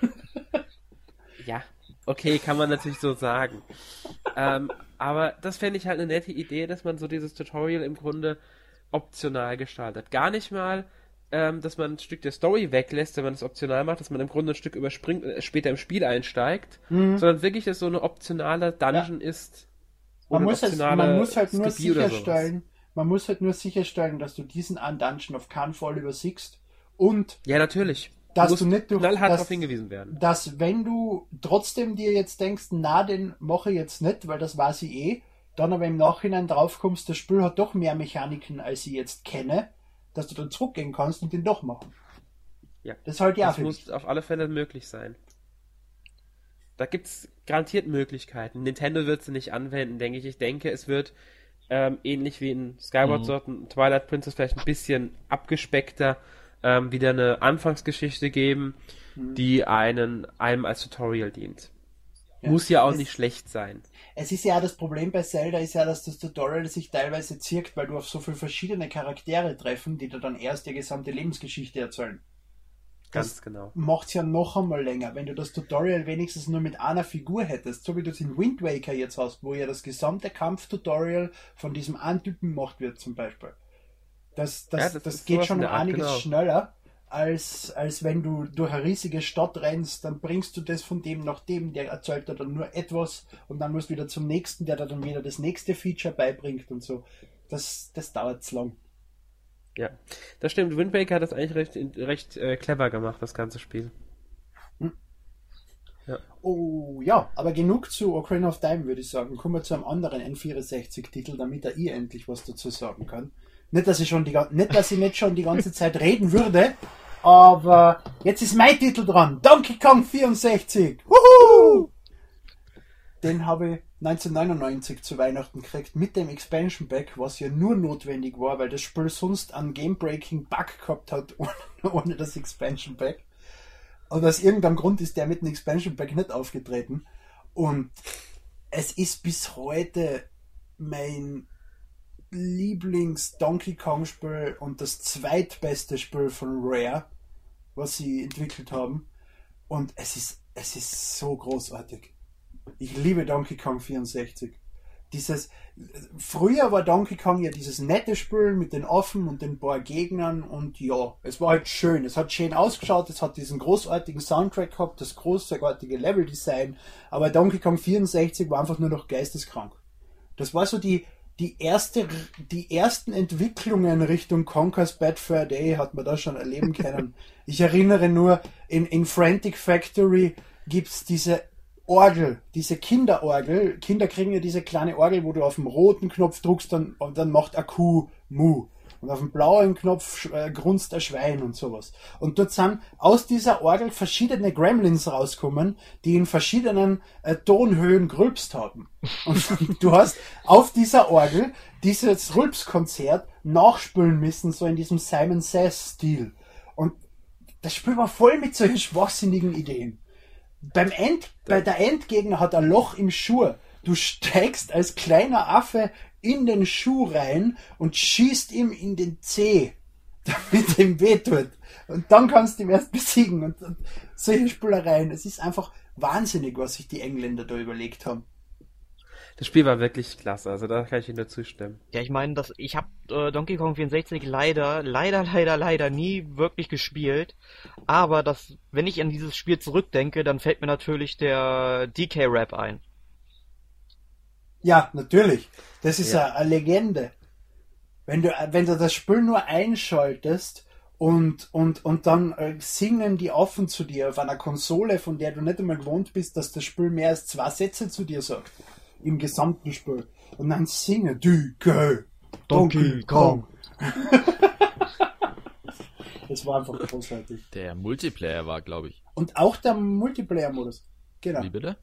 Ja, okay, kann man natürlich so sagen. ähm, aber das fände ich halt eine nette Idee, dass man so dieses Tutorial im Grunde optional gestaltet. Gar nicht mal, ähm, dass man ein Stück der Story weglässt, wenn man es optional macht, dass man im Grunde ein Stück überspringt und erst später im Spiel einsteigt, Mhm. sondern wirklich, dass so eine optionale Dungeon ist. Man oder muss, es, optionale man muss halt nur Skipie oder sowas. sicherstellen, man muss halt nur sicherstellen, dass du diesen einen Dungeon auf keinen Fall übersiegst und Ja, natürlich. dass musst du nicht durch, knallhart dass, darauf hingewiesen werden. dass wenn du trotzdem dir jetzt denkst, na, den mache ich jetzt nicht, weil das weiß ich eh, dann aber im Nachhinein drauf kommst, das Spiel hat doch mehr Mechaniken, als ich jetzt kenne, dass du dann zurückgehen kannst und den doch machen. Ja. Das halte ich auch Das für muss wichtig. auf alle Fälle möglich sein. Da gibt's garantiert Möglichkeiten. Nintendo wird sie nicht anwenden, denke ich. Ich denke, es wird ähm, ähnlich wie in Skyward Mhm. Sword und Twilight Princess vielleicht ein bisschen abgespeckter ähm, wieder eine Anfangsgeschichte geben, Mhm. die einen einem als Tutorial dient. Ja. Muss ja auch Es- nicht schlecht sein. Es ist ja auch das Problem bei Zelda, ist ja, dass das Tutorial sich teilweise zirkt, weil du auf so viele verschiedene Charaktere treffen, die dir dann erst die gesamte Lebensgeschichte erzählen. Ganz Das genau. macht's ja noch einmal länger, wenn du das Tutorial wenigstens nur mit einer Figur hättest, so wie du es in Wind Waker jetzt hast, wo ja das gesamte Kampftutorial von diesem einen Typen gemacht wird zum Beispiel. Das, das, Ja, das, das ist geht sowas schon in um der Art, einiges genau. schneller, als, als wenn du durch eine riesige Stadt rennst, dann bringst du das von dem nach dem, der erzählt dir dann nur etwas und dann musst du wieder zum nächsten, der dir dann wieder das nächste Feature beibringt und so. Das, das dauert zu lang. Ja, das stimmt. Wind Waker hat das eigentlich recht, recht äh, clever gemacht, das ganze Spiel. Ja. Oh ja, aber genug zu Ocarina of Time, würde ich sagen. Kommen wir zu einem anderen N vierundsechzig-Titel, damit er ihr endlich was dazu sagen kann. Nicht, dass ich schon die, nicht, dass ich nicht schon die ganze Zeit reden würde, aber jetzt ist mein Titel dran. Donkey Kong vierundsechzig. Wuhu! Den habe ich neunzehnhundertneunundneunzig zu Weihnachten gekriegt mit dem Expansion Pack, was ja nur notwendig war, weil das Spiel sonst einen Game-Breaking Bug gehabt hat ohne, ohne das Expansion Pack. Und aus irgendeinem Grund ist der mit dem Expansion Pack nicht aufgetreten. Und es ist bis heute mein Lieblings-Donkey Kong-Spiel und das zweitbeste Spiel von Rare, was sie entwickelt haben. Und es ist, es ist so großartig. Ich liebe Donkey Kong vierundsechzig. Dieses, früher war Donkey Kong ja dieses nette Spiel mit den Affen und den paar Gegnern und ja, es war halt schön. Es hat schön ausgeschaut, es hat diesen großartigen Soundtrack gehabt, das großartige Leveldesign, aber Donkey Kong vierundsechzig war einfach nur noch geisteskrank. Das war so die, die erste, die ersten Entwicklungen Richtung Conker's Bad Fur Day hat man da schon erleben können. Ich erinnere nur, in, in Frantic Factory gibt's diese Orgel, diese Kinderorgel. Kinder kriegen ja diese kleine Orgel, wo du auf dem roten Knopf drückst, dann, und dann macht eine Kuh Mu. Und auf dem blauen Knopf äh, grunzt ein Schwein und sowas. Und dort sind aus dieser Orgel verschiedene Gremlins rauskommen, die in verschiedenen äh, Tonhöhen gerülpst haben. Und du hast auf dieser Orgel dieses Rülpskonzert nachspülen müssen, so in diesem Simon Says-Stil. Und das Spiel war voll mit solchen schwachsinnigen Ideen. Beim End, bei der Endgegner hat ein Loch im Schuh. Du steigst als kleiner Affe in den Schuh rein und schießt ihm in den Zeh, damit ihm wehtut. Und dann kannst du ihn erst besiegen. Und, und solche Spielereien. Es ist einfach wahnsinnig, was sich die Engländer da überlegt haben. Das Spiel war wirklich klasse, also da kann ich Ihnen nur zustimmen. Ja, ich meine, das, ich habe äh, Donkey Kong vierundsechzig leider, leider, leider, leider nie wirklich gespielt. Aber das, wenn ich an dieses Spiel zurückdenke, dann fällt mir natürlich der D K-Rap ein. Ja, natürlich. Das ist Ja. eine, eine Legende. Wenn du, wenn du das Spiel nur einschaltest und, und, und dann äh, singen die Affen zu dir auf einer Konsole, von der du nicht einmal gewohnt bist, dass das Spiel mehr als zwei Sätze zu dir sagt. Im gesamten Spiel. Und dann singen D K Donkey Kong. Es war einfach großartig. Der Multiplayer war, glaube ich. Und auch der Multiplayer-Modus. Genau. Wie bitte?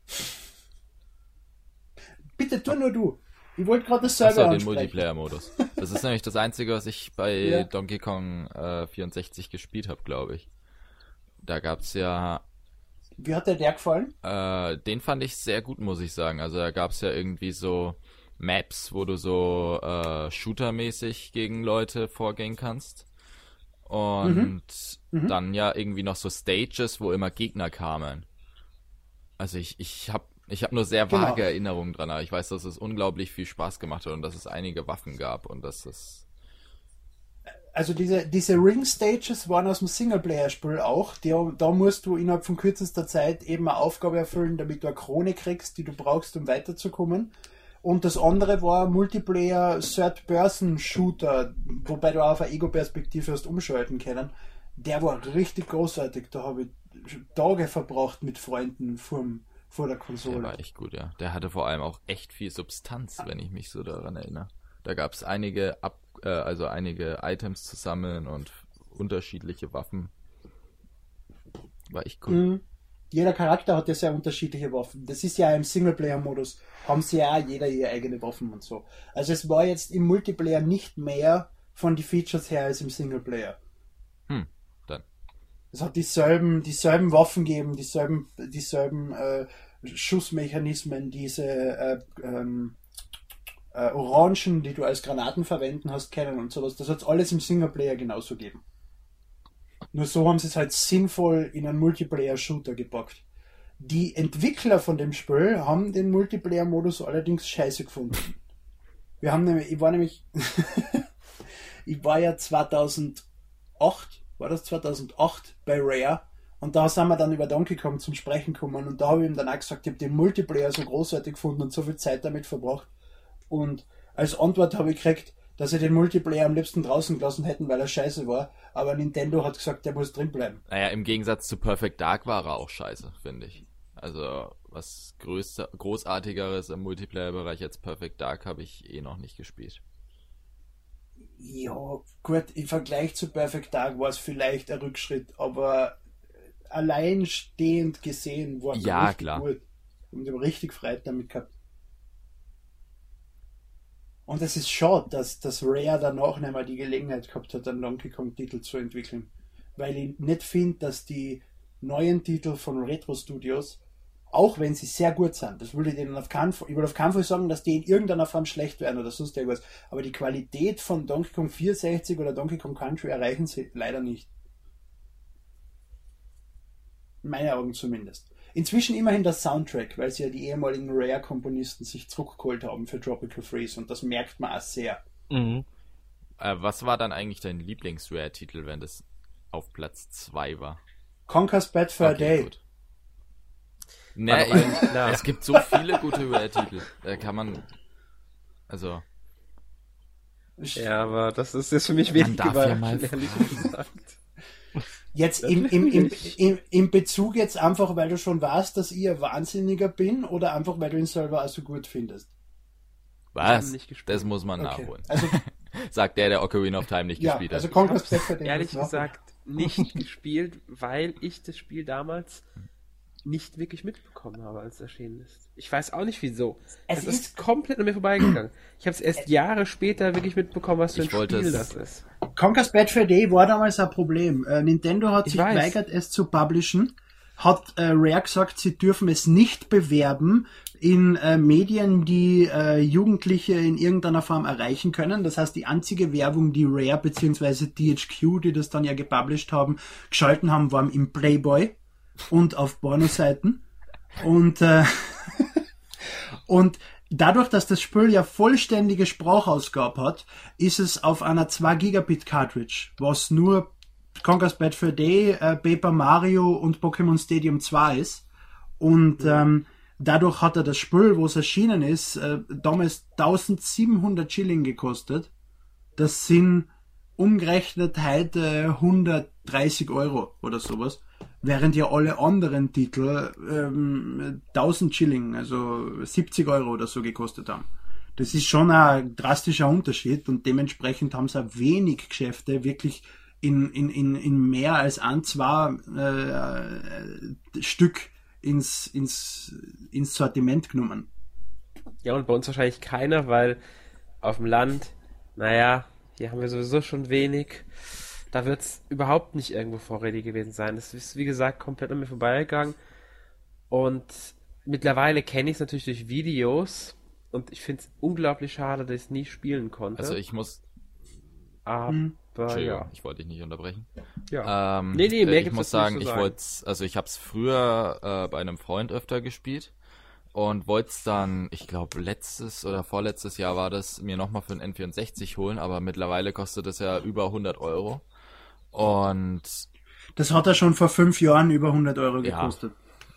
Bitte tu nur du. Ich wollte gerade das selber Achso, den ansprechen. Multiplayer-Modus. Das ist nämlich das Einzige, was ich bei Ja. Donkey Kong äh, vierundsechzig gespielt habe, glaube ich. Da gab's ja, Wie hat dir der gefallen? äh, den fand ich sehr gut, muss ich sagen. Also da gab's ja irgendwie so Maps, wo du so äh, Shooter-mäßig gegen Leute vorgehen kannst. Und Mhm. dann ja irgendwie noch so Stages, wo immer Gegner kamen. Also ich, ich habe ich hab nur sehr Genau. vage Erinnerungen dran, aber ich weiß, dass es unglaublich viel Spaß gemacht hat und dass es einige Waffen gab und dass es... Also diese, diese Ring-Stages waren aus dem Singleplayer-Spiel auch. Die, da musst du innerhalb von kürzester Zeit eben eine Aufgabe erfüllen, damit du eine Krone kriegst, die du brauchst, um weiterzukommen. Und das andere war Multiplayer Third-Person-Shooter, wobei du auch auf eine Ego-Perspektive hast umschalten können. Der war richtig großartig. Da habe ich Tage verbracht mit Freunden vorm, vor der Der Konsole. war echt gut, ja. Der hatte vor allem auch echt viel Substanz, wenn ich mich so daran erinnere. Da gab es einige Ab äh, also einige Items zu sammeln und unterschiedliche Waffen. War echt cool. Mhm. Jeder Charakter hat ja sehr unterschiedliche Waffen. Das ist ja im Singleplayer-Modus. Haben sie ja auch jeder ihre eigene Waffen und so. Also es war jetzt im Multiplayer nicht mehr von den Features her als im Singleplayer. Hm, dann. Es hat dieselben, dieselben Waffen gegeben, dieselben, dieselben äh, Schussmechanismen, diese äh, ähm, äh, Orangen, die du als Granaten verwenden hast, kennen und sowas. Das hat es alles im Singleplayer genauso gegeben. Nur so haben sie es halt sinnvoll in einen Multiplayer-Shooter gepackt. Die Entwickler von dem Spiel haben den Multiplayer-Modus allerdings scheiße gefunden. Wir haben nämlich, ich war nämlich, ich war ja zweitausendacht, war das zweitausendacht bei Rare, und da sind wir dann über Donkey Kong zum Sprechen gekommen, und da habe ich ihm dann auch gesagt, ich habe den Multiplayer so großartig gefunden und so viel Zeit damit verbracht, und als Antwort habe ich gekriegt, dass sie den Multiplayer am liebsten draußen gelassen hätten, weil er scheiße war, aber Nintendo hat gesagt, der muss drin bleiben. Naja, im Gegensatz zu Perfect Dark war er auch scheiße, finde ich. Also was größer, großartigeres im Multiplayer-Bereich als Perfect Dark habe ich eh noch nicht gespielt. Ja, gut, im Vergleich zu Perfect Dark war es vielleicht ein Rückschritt, aber alleinstehend gesehen war es Ja, richtig klar. gut. Und ich habe richtig Freude damit gehabt. Und es ist schade, dass, dass Rare danach nicht mehr die Gelegenheit gehabt hat, einen Donkey Kong-Titel zu entwickeln. Weil ich nicht finde, dass die neuen Titel von Retro Studios, auch wenn sie sehr gut sind, das würde ich denen auf keinen Fall, ich würde auf keinen Fall sagen, dass die in irgendeiner Form schlecht werden oder sonst irgendwas, aber die Qualität von Donkey Kong vierundsechzig oder Donkey Kong Country erreichen sie leider nicht. In meinen Augen zumindest. Inzwischen immerhin der Soundtrack, weil sie ja die ehemaligen Rare-Komponisten sich zurückgeholt haben für Tropical Freeze und das merkt man auch sehr. Mhm. Äh, was war dann eigentlich dein Lieblings-Rare-Titel, wenn das auf Platz zwei war? Conker's Bad for a Day. Gut. Ne, Aber ich, klar. es gibt so viele gute Rare-Titel. Da kann man, also, Ja, aber das ist jetzt für mich Man wenig darf ja überraschend, mal ehrlich fragen. gesagt. Jetzt im, im, im, im, im Bezug jetzt einfach, weil du schon weißt, dass ich ein Wahnsinniger bin oder einfach, weil du ihn selber auch so gut findest? was? nicht gespielt. Das muss man Okay. nachholen. Also, Sagt der, der Ocarina of Time nicht ja, gespielt also hat. Conker's Bad for a Day. Ehrlich muss nachholen. gesagt nicht gespielt, weil ich das Spiel damals nicht wirklich mitbekommen habe, als es erschienen ist. Ich weiß auch nicht wieso. Es Es, ist- ist komplett an mir vorbeigegangen. Ich habe es erst Jahre später wirklich mitbekommen, was für ein Ich wollte Spiel es- das ist. Conker's Bad for a Day war damals ein Problem. Äh, Nintendo hat Ich sich weiß. geweigert, es zu publishen, hat äh, Rare gesagt, sie dürfen es nicht bewerben in äh, Medien, die äh, Jugendliche in irgendeiner Form erreichen können. Das heißt, die einzige Werbung, die Rare bzw. D H Q, die das dann ja gepublished haben, geschalten haben, war im Playboy und auf Pornoseiten. Und äh, und dadurch, dass das Spiel ja vollständige Sprachausgabe hat, ist es auf einer zwei Gigabit Cartridge, was nur Conker's Bad for a Day, äh, Paper Mario und Pokémon Stadium zwei ist. Und ähm, dadurch hat er das Spiel, wo es erschienen ist, äh, damals eintausendsiebenhundert Schilling gekostet. Das sind umgerechnet heute hundertdreißig Euro oder sowas. Während ja alle anderen Titel ähm, tausend Schilling, also siebzig Euro oder so gekostet haben. Das ist schon ein drastischer Unterschied und dementsprechend haben sie auch wenig Geschäfte wirklich in, in, in, in mehr als ein, zwei äh, Stück ins, ins, ins Sortiment genommen. Ja, und bei uns wahrscheinlich keiner, weil auf dem Land, naja, hier haben wir sowieso schon wenig. Da wird es überhaupt nicht irgendwo vorrätig gewesen sein. Das ist, wie gesagt, komplett an mir vorbeigegangen. Und mittlerweile kenne ich es natürlich durch Videos. Und ich finde es unglaublich schade, dass ich es nie spielen konnte. Also ich muss, Aber Entschuldigung, ja. ich wollte dich nicht unterbrechen. ja. Ähm, Nee, nee, mehr äh, ich gibt's muss dazu nicht sagen, zu ich sagen. wollte also ich habe es früher äh, bei einem Freund öfter gespielt und wollte es dann, ich glaube letztes oder vorletztes Jahr war das, mir nochmal für den N vierundsechzig holen, aber mittlerweile kostet es ja über hundert Euro. Und Das hat er schon vor fünf Jahren über hundert Euro Ja. gekostet.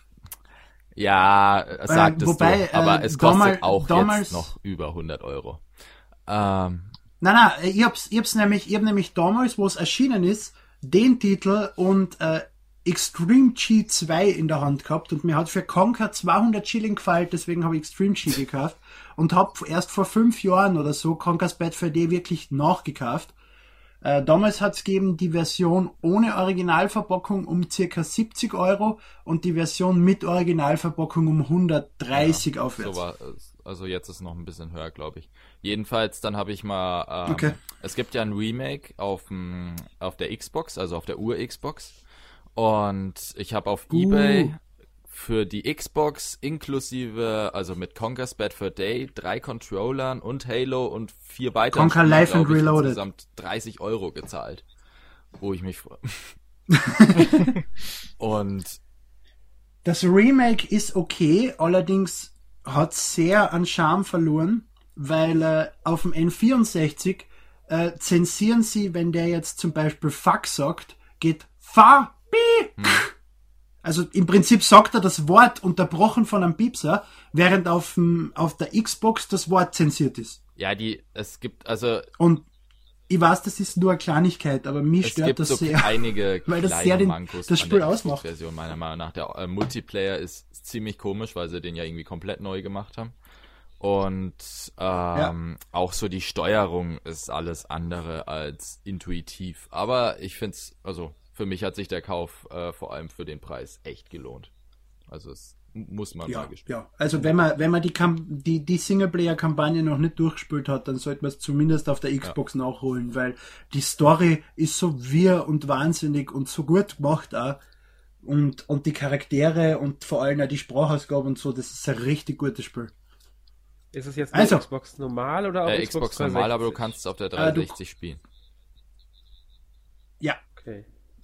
ja, sagtest wobei, du, aber äh, es kostet damal- auch damals- jetzt noch über hundert Euro. Ähm, Nein, nein, ich hab's, ich hab's nämlich, ich hab nämlich damals, wo es erschienen ist, den Titel und äh, Extreme G zwei in der Hand gehabt und mir hat für Conker zweihundert Schilling gefallen, deswegen habe ich Extreme G gekauft und habe erst vor fünf Jahren oder so Conker's Bad for a Day wirklich nachgekauft. Äh, damals hat's gegeben die Version ohne Originalverpackung um circa siebzig Euro und die Version mit Originalverpackung um hundertdreißig ja, aufwärts. So war, es. Also jetzt ist noch ein bisschen höher, glaube ich. Jedenfalls, dann habe ich mal, ähm, Okay. es gibt ja ein Remake auf, dem- auf der Xbox, also auf der Ur-Xbox. Und ich habe auf Uh. eBay für die Xbox inklusive, also mit Conker's Bad for a Day, drei Controllern und Halo und vier weiteren Conker Spielen, Live glaub and ich, Reloaded. insgesamt dreißig Euro gezahlt. Wo ich mich freue. Und Das Remake ist okay, allerdings hat sehr an Charme verloren, weil äh, auf dem N vierundsechzig äh, zensieren sie, wenn der jetzt zum Beispiel Fuck sagt, geht Fa, Bi. Also im Prinzip sagt er das Wort unterbrochen von einem Piepser, während auf, dem, auf der Xbox das Wort zensiert ist. ja, die, es gibt, also Und ich weiß, das ist nur eine Kleinigkeit, aber mich es stört gibt das so sehr. einige weil das kleine sehr den, Mankos das an Spiel der ausmacht. Xbox-Version meiner Meinung nach. Der äh, Multiplayer ist ziemlich komisch, weil sie den ja irgendwie komplett neu gemacht haben. Und ähm, ja. auch so die Steuerung ist alles andere als intuitiv. Aber ich finde es, also für mich hat sich der Kauf äh, vor allem für den Preis echt gelohnt. Also es muss man ja, mal gespielt. Ja, also wenn man wenn man die Kamp- die die Singleplayer-Kampagne noch nicht durchgespielt hat, dann sollte man es zumindest auf der Xbox ja. nachholen, weil die Story ist so wirr und wahnsinnig und so gut gemacht auch. Und, und die Charaktere und vor allem auch die Sprachausgabe und so, das ist ein richtig gutes Spiel. Ist es jetzt nur also, Xbox normal oder auch äh, Xbox, Xbox normal, aber du kannst es auf der dreihundertsechzig äh, spielen. Ja. Okay.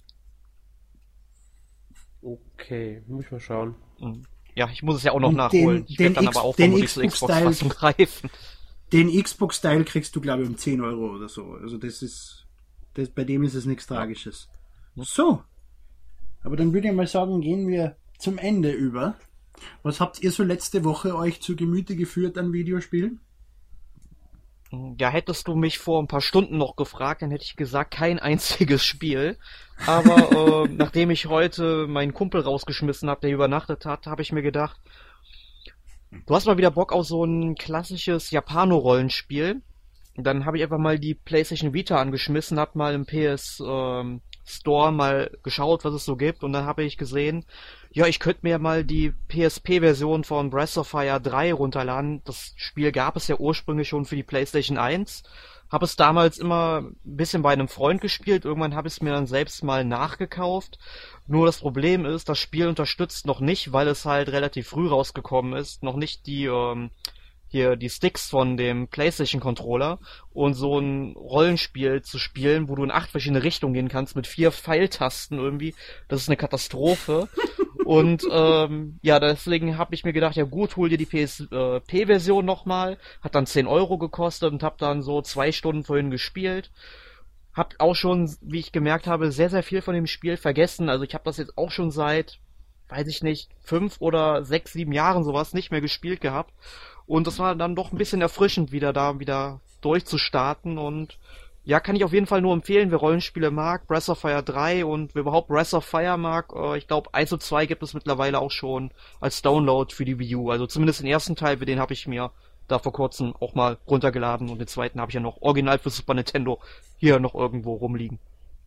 Okay, muss ich mal schauen. Ja, ich muss es ja auch noch und nachholen. Den, ich werde dann X- aber auch den vermutlich zur Xbox-Fassung greifen. Den Xbox-Style kriegst du, glaube ich, um zehn Euro oder so. Also das ist, das, bei dem ist es nichts Tragisches. So. Aber dann würde ich mal sagen, gehen wir zum Ende über. Was habt ihr so letzte Woche euch zu Gemüte geführt an Videospielen? Ja, hättest du mich vor ein paar Stunden noch gefragt, dann hätte ich gesagt, kein einziges Spiel. Aber äh, nachdem ich heute meinen Kumpel rausgeschmissen habe, der übernachtet hat, habe ich mir gedacht, du hast mal wieder Bock auf so ein klassisches Japano-Rollenspiel. Dann habe ich einfach mal die PlayStation Vita angeschmissen, hab mal im P S ähm, Store mal geschaut, was es so gibt, und dann habe ich gesehen, ja, ich könnte mir mal die P S P-Version von Breath of Fire drei runterladen. Das Spiel gab es ja ursprünglich schon für die PlayStation eins. Habe es damals immer ein bisschen bei einem Freund gespielt. Irgendwann habe ich es mir dann selbst mal nachgekauft. Nur das Problem ist, das Spiel unterstützt noch nicht, weil es halt relativ früh rausgekommen ist, noch nicht die ähm, hier die Sticks von dem PlayStation-Controller, und so ein Rollenspiel zu spielen, wo du in acht verschiedene Richtungen gehen kannst mit vier Pfeiltasten irgendwie, das ist eine Katastrophe. Und ähm, ja, deswegen habe ich mir gedacht, ja gut, hol dir die P S P-Version nochmal, hat dann zehn Euro gekostet und habe dann so zwei Stunden vorhin gespielt. Hab auch schon, wie ich gemerkt habe, sehr, sehr viel von dem Spiel vergessen. Also ich habe das jetzt auch schon seit, weiß ich nicht, fünf oder sechs, sieben Jahren sowas nicht mehr gespielt gehabt. Und das war dann doch ein bisschen erfrischend, wieder da wieder durchzustarten. Und ja, kann ich auf jeden Fall nur empfehlen, wer Rollenspiele mag, Breath of Fire drei, und wer überhaupt Breath of Fire mag, äh, ich glaube eins und zwei gibt es mittlerweile auch schon als Download für die Wii U. Also zumindest den ersten Teil, für den habe ich mir da vor kurzem auch mal runtergeladen, und den zweiten habe ich ja noch original für Super Nintendo hier noch irgendwo rumliegen.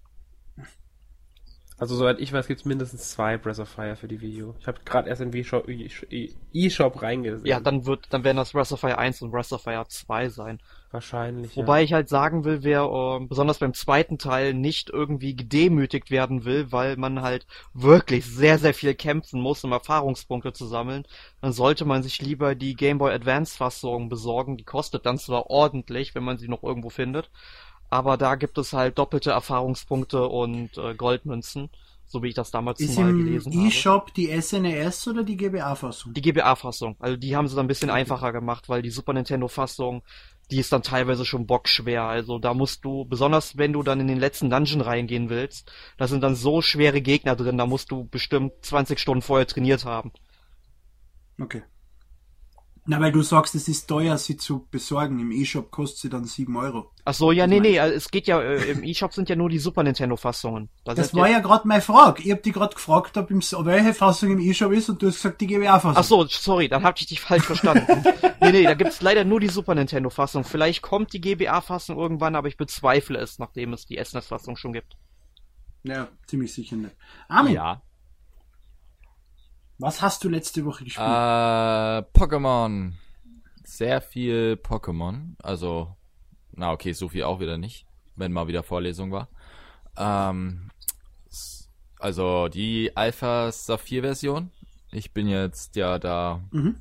Also soweit ich weiß, gibt es mindestens zwei Breath of Fire für die Wii U. Ich habe gerade erst in eShop reingesehen. Ja, dann wird, dann werden das Breath of Fire eins und Breath of Fire zwei sein. Wahrscheinlich, Wobei ja. ich halt sagen will, wer äh, besonders beim zweiten Teil nicht irgendwie gedemütigt werden will, weil man halt wirklich sehr, sehr viel kämpfen muss, um Erfahrungspunkte zu sammeln, dann sollte man sich lieber die Game Boy Advance Fassung besorgen. Die kostet dann zwar ordentlich, wenn man sie noch irgendwo findet, aber da gibt es halt doppelte Erfahrungspunkte und äh, Goldmünzen, so wie ich das damals ist mal gelesen habe. Ist im eShop die S N E S oder die G B A-Fassung? Die G B A-Fassung. Also die haben sie dann ein bisschen okay. einfacher gemacht, weil die Super Nintendo-Fassung, die ist dann teilweise schon bockschwer. Also da musst du, besonders wenn du dann in den letzten Dungeon reingehen willst, da sind dann so schwere Gegner drin, da musst du bestimmt zwanzig Stunden vorher trainiert haben. Okay. Na, weil du sagst, es ist teuer, sie zu besorgen. Im eShop kostet sie dann sieben Euro. Ach so, ja, nee, nee, es geht ja, äh, im eShop sind ja nur die Super Nintendo-Fassungen. Da das war ja, ja gerade meine Frage. Ich hab dich gerade gefragt, ob im, welche Fassung im eShop ist, und du hast gesagt, die G B A-Fassung. Ach so, sorry, dann hab ich dich falsch verstanden. nee, nee, da gibt's leider nur die Super Nintendo-Fassung. Vielleicht kommt die G B A-Fassung irgendwann, aber ich bezweifle es, nachdem es die S N E S-Fassung schon gibt. Ja, ziemlich sicher nicht. Armin. Ja. Was hast du letzte Woche gespielt? Äh, Pokémon. Sehr viel Pokémon. Also, na okay, so viel auch wieder nicht, wenn mal wieder Vorlesung war. Ähm, also die Alpha-Saphir-Version. Ich bin jetzt ja da mhm.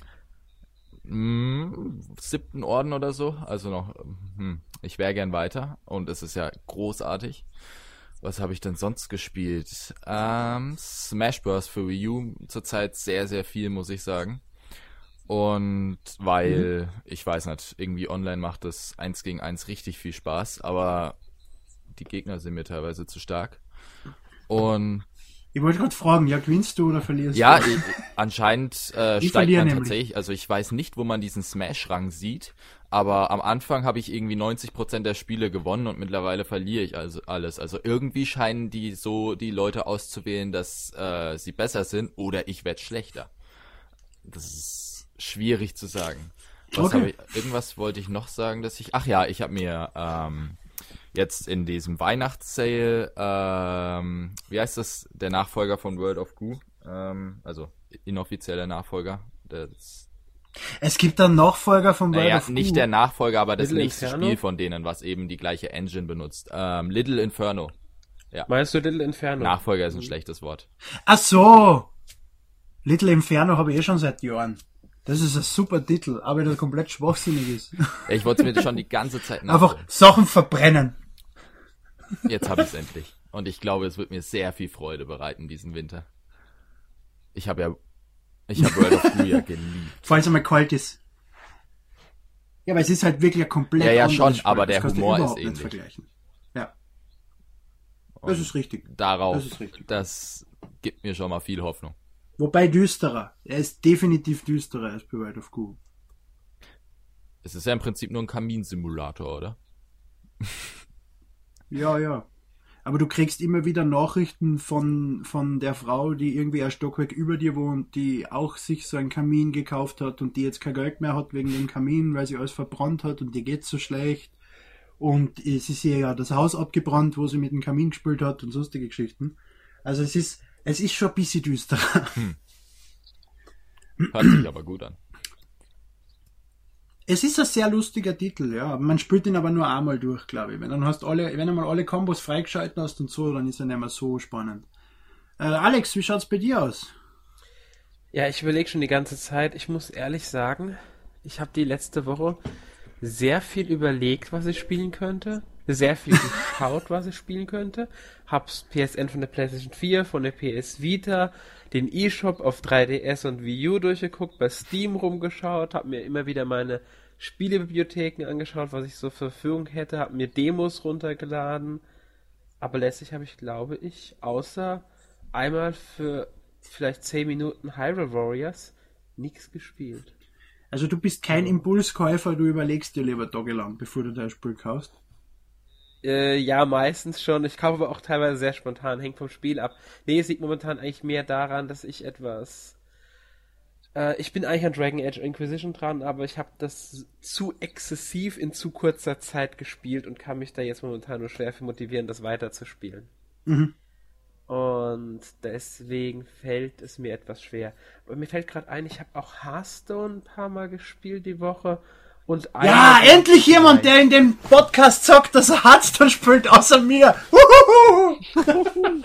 mh, siebten Orden oder so. Also noch, hm, ich wäre gern weiter. Und es ist ja großartig. Was habe ich denn sonst gespielt? Ähm, Smash Bros. Für Wii U zurzeit sehr, sehr viel, muss ich sagen. Und weil, mhm. ich weiß nicht, irgendwie online macht das eins gegen eins richtig viel Spaß, aber die Gegner sind mir teilweise zu stark. Und ich wollte gerade fragen, ja, gewinnst du oder verlierst ja, du? Ja, anscheinend äh, steigt man tatsächlich, also ich weiß nicht, wo man diesen Smash-Rang sieht, Aber am Anfang habe ich irgendwie neunzig Prozent der Spiele gewonnen und mittlerweile verliere ich also alles. Also irgendwie scheinen die so die Leute auszuwählen, dass äh, sie besser sind oder ich werde schlechter. Das ist schwierig zu sagen. Was Okay. habe ich, irgendwas wollte ich noch sagen, dass ich... Ach ja, ich habe mir ähm, jetzt in diesem Weihnachtssale, ähm, wie heißt das, der Nachfolger von World of Goo, ähm, also inoffizieller Nachfolger, das... Es gibt einen Nachfolger von World Naja, of nicht Goo. der Nachfolger, aber das Little nächste Inferno? Spiel von denen, was eben die gleiche Engine benutzt. Ähm, Little Inferno. Meinst du Little Inferno? Nachfolger ist ein schlechtes Wort. Ach so! Little Inferno habe ich eh schon seit Jahren. Das ist ein super Titel, aber der komplett schwachsinnig ist. Ich wollte es mir schon die ganze Zeit Einfach nachholen. Sachen verbrennen. Jetzt habe ich es endlich. Und ich glaube, es wird mir sehr viel Freude bereiten diesen Winter. Ich habe ja, ich habe World of Goo ja geliebt. Falls es einmal kalt ist. Ja, aber es ist halt wirklich ein komplett Ja, ja, anderes schon, Spiel. aber Das der kannst du Humor ist überhaupt nicht ähnlich. vergleichen. Ja. Das ist richtig. Darauf, Das ist richtig. das gibt mir schon mal viel Hoffnung. Wobei düsterer. Er ist definitiv düsterer als bei World of Goo. Es ist ja im Prinzip nur ein Kaminsimulator, oder? Ja, ja. Aber du kriegst immer wieder Nachrichten von, von der Frau, die irgendwie ein Stockwerk über dir wohnt, die auch sich so einen Kamin gekauft hat und die jetzt kein Geld mehr hat wegen dem Kamin, weil sie alles verbrannt hat und dir geht's so schlecht. Und es ist ihr ja das Haus abgebrannt, wo sie mit dem Kamin gespielt hat und sonstige Geschichten. Also es ist, es ist schon ein bisschen düsterer. Hört sich aber gut an. Es ist ein sehr lustiger Titel, ja. Man spielt ihn aber nur einmal durch, glaube ich. Wenn dann hast alle, wenn du mal alle Kombos freigeschalten hast und so, dann ist er nicht mehr so spannend. Äh, Alex, wie schaut's bei dir aus? Ja, ich überlege schon die ganze Zeit. Ich muss ehrlich sagen, ich habe die letzte Woche sehr viel überlegt, was ich spielen könnte. Sehr viel geschaut, was ich spielen könnte. Hab's P S N von der PlayStation vier, von der P S Vita, den eShop auf drei D S und Wii U durchgeguckt, bei Steam rumgeschaut, hab mir immer wieder meine Spielebibliotheken angeschaut, was ich so zur Verfügung hätte, hab mir Demos runtergeladen. Aber letztlich habe ich, glaube ich, außer einmal für vielleicht zehn Minuten Hyrule Warriors nichts gespielt. Also du bist kein Impulskäufer, du überlegst dir lieber tagelang, bevor du dein Spiel kaufst. Äh, ja, meistens schon. Ich kaufe aber auch teilweise sehr spontan, hängt vom Spiel ab. Nee, es liegt momentan eigentlich mehr daran, dass ich etwas... Äh, ich bin eigentlich an Dragon Age Inquisition dran, aber ich habe das zu exzessiv in zu kurzer Zeit gespielt und kann mich da jetzt momentan nur schwer für motivieren, das weiterzuspielen. Mhm. Und deswegen fällt es mir etwas schwer. Aber mir fällt gerade ein, ich habe auch Hearthstone ein paar Mal gespielt die Woche. Und Ja, einmal- endlich jemand, der in dem Podcast sagt, dass er Hearthstone spielt, außer mir. Huhuhu.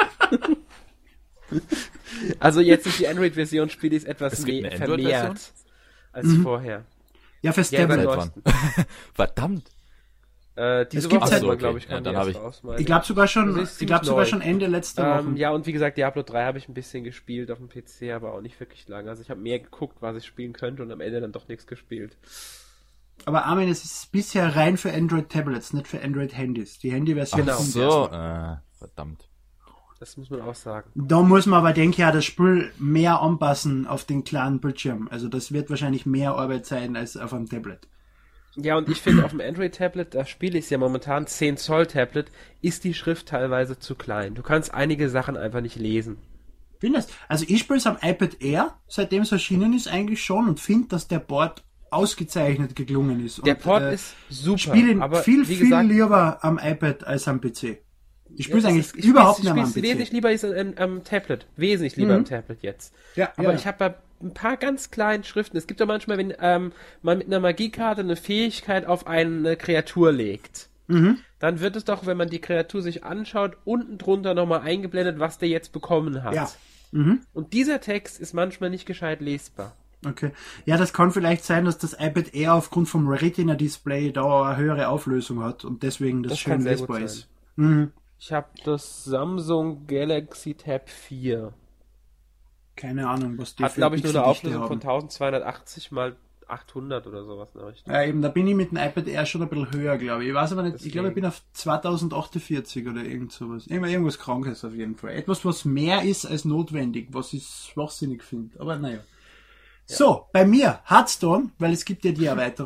Also jetzt ist die Android-Version spiele ich es etwas Es gibt mehr eine Android-Version? vermehrt als Mhm. vorher. Ja, fürs Ja, Tablet. seit Seit wann? Verdammt. Äh, diese Es gibt Woche, halt- aber, Ach so, glaube ich, okay. kam Ja, die dann erst hab ich- raus, meine Ich glaube sogar schon, Also ist ich glaube ziemlich sogar neu. schon Ende letzter Woche. Ähm, ja, und wie gesagt, Diablo drei habe ich ein bisschen gespielt auf dem P C, aber auch nicht wirklich lange. Also ich habe mehr geguckt, was ich spielen könnte und am Ende dann doch nichts gespielt. Aber Armin, es ist bisher rein für Android-Tablets, nicht für Android-Handys. Die Handy-Version Genau. Ach kommt so, erst noch. äh, verdammt. Das muss man auch sagen. Da muss man aber, denke ich, ja, das Spiel mehr anpassen auf den kleinen Bildschirm. Also das wird wahrscheinlich mehr Arbeit sein als auf einem Tablet. Ja, und ich finde, auf dem Android-Tablet, da spiele ich es ja momentan, zehn Zoll Tablet, ist die Schrift teilweise zu klein. Du kannst einige Sachen einfach nicht lesen. Findest? Also ich spiele es am iPad Air, seitdem es erschienen ist, eigentlich schon und finde, dass der Port ausgezeichnet geklungen ist. Der und, Port äh, ist super, spiele ihn aber viel, wie viel gesagt, lieber am iPad als am P C. Ich spiele es Ja, eigentlich das ist- ich überhaupt spiel's- nicht mehr ich am spiel's P C. wesentlich lieber ist am, am Tablet. Wesentlich lieber Mhm. am Tablet jetzt. Ja, Aber ja. ich habe bei ein paar ganz kleinen Schriften. Es gibt ja manchmal, wenn ähm, man mit einer Magiekarte eine Fähigkeit auf eine Kreatur legt, Mhm. dann wird es doch, wenn man die Kreatur sich anschaut, unten drunter nochmal eingeblendet, was der jetzt bekommen hat. Ja. Mhm. Und dieser Text ist manchmal nicht gescheit lesbar. Okay. Ja, das kann vielleicht sein, dass das iPad Air aufgrund vom Retina-Display da eine höhere Auflösung hat und deswegen das, Das schön kann sehr gut lesbar sein. ist. Mhm. Ich habe das Samsung Galaxy Tab vier. Keine Ahnung, was die Hat, für glaube ich, nur eine Pixeldichte Auflösung von haben. tausendzweihundertachtzig mal achthundert oder sowas in der Richtung. Ja, eben, da bin ich mit dem iPad Air schon ein bisschen höher, glaube ich. Ich weiß aber nicht, ich Deswegen. glaube, ich bin auf zweitausendachtzig oder irgend sowas. Immer irgendwas Krankes auf jeden Fall. Etwas, was mehr ist als notwendig, was ich schwachsinnig finde. Aber naja. So, bei mir, Hearthstone, weil es gibt ja die Erweiterung.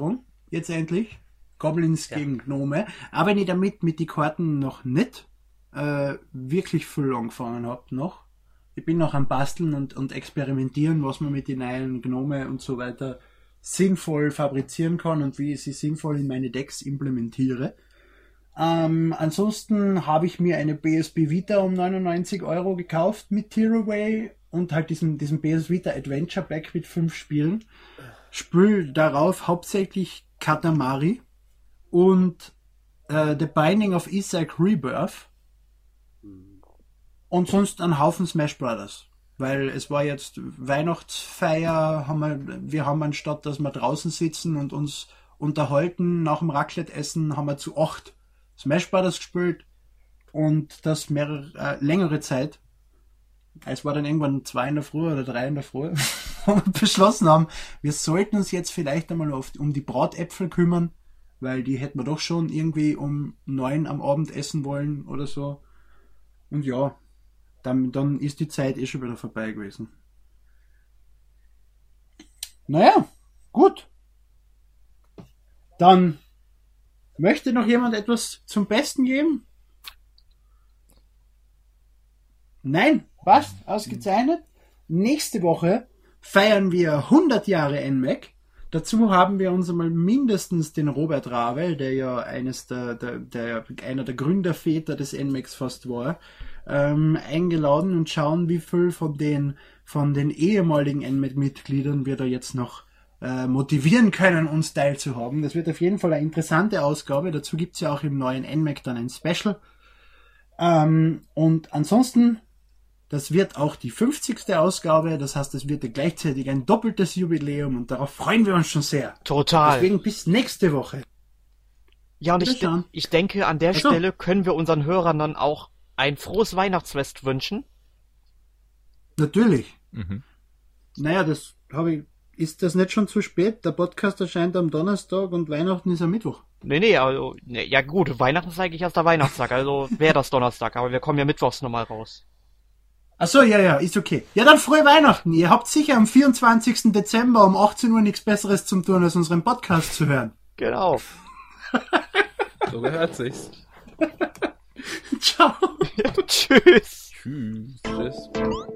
jetzt endlich. Goblins Ja. gegen Gnome. Aber wenn ich damit mit die Karten noch nicht äh, wirklich viel angefangen habe noch. Ich bin noch am Basteln und, und experimentieren, was man mit den neuen Gnome und so weiter sinnvoll fabrizieren kann und wie ich sie sinnvoll in meine Decks implementiere. Ähm, ansonsten habe ich mir eine P S P Vita um neunundneunzig Euro gekauft mit Tearaway und halt diesen, diesen P S Vita Adventure Pack mit fünf Spielen. Spül darauf hauptsächlich Katamari und äh, The Binding of Isaac Rebirth und sonst einen Haufen Smash Brothers. Weil es war jetzt Weihnachtsfeier, haben wir, wir haben anstatt, dass wir draußen sitzen und uns unterhalten nach dem Raclette-Essen, haben wir zu acht Smash Brothers gespielt und das mehrere, äh, längere Zeit. Es war dann irgendwann zwei in der Früh oder drei in der Früh, wo wir beschlossen haben, wir sollten uns jetzt vielleicht einmal auf, um die Bratäpfel kümmern, weil die hätten wir doch schon irgendwie um neun am Abend essen wollen oder so. Und ja, dann, dann ist die Zeit eh schon wieder vorbei gewesen. Naja, gut. Dann möchte noch jemand etwas zum Besten geben? Nein, passt, ausgezeichnet. Nächste Woche feiern wir hundert Jahre N M A C. Dazu haben wir uns einmal mindestens den Robert Ravel, der ja eines der, der, der einer der Gründerväter des N M A Cs fast war, ähm, eingeladen und schauen, wie viel von den von den ehemaligen N M A C-Mitgliedern wir da jetzt noch äh, motivieren können, uns teilzuhaben. Das wird auf jeden Fall eine interessante Ausgabe. Dazu gibt's ja auch im neuen N M A C dann ein Special. Ähm, und ansonsten, das wird auch die fünfzigste Ausgabe, das heißt, es wird ja gleichzeitig ein doppeltes Jubiläum und darauf freuen wir uns schon sehr. Total. Deswegen bis nächste Woche. Ja, und ich, Bitte schön. ich denke, an der Ach so. Stelle können wir unseren Hörern dann auch ein frohes Weihnachtsfest wünschen. Natürlich. Mhm. Naja, das habe ich. Ist das nicht schon zu spät? Der Podcast erscheint am Donnerstag und Weihnachten ist am Mittwoch. Nee, nee, also, nee, ja gut, Weihnachten ist eigentlich erst der Weihnachtstag, also wäre das Donnerstag, aber wir kommen ja mittwochs nochmal raus. Ach so, ja, ja, ist okay. Ja, dann frohe Weihnachten. Ihr habt sicher am vierundzwanzigsten Dezember um achtzehn Uhr nichts Besseres zum tun, als unseren Podcast zu hören. Genau. So gehört sich's. Ciao. Tschüss. Tschüss. Tschüss.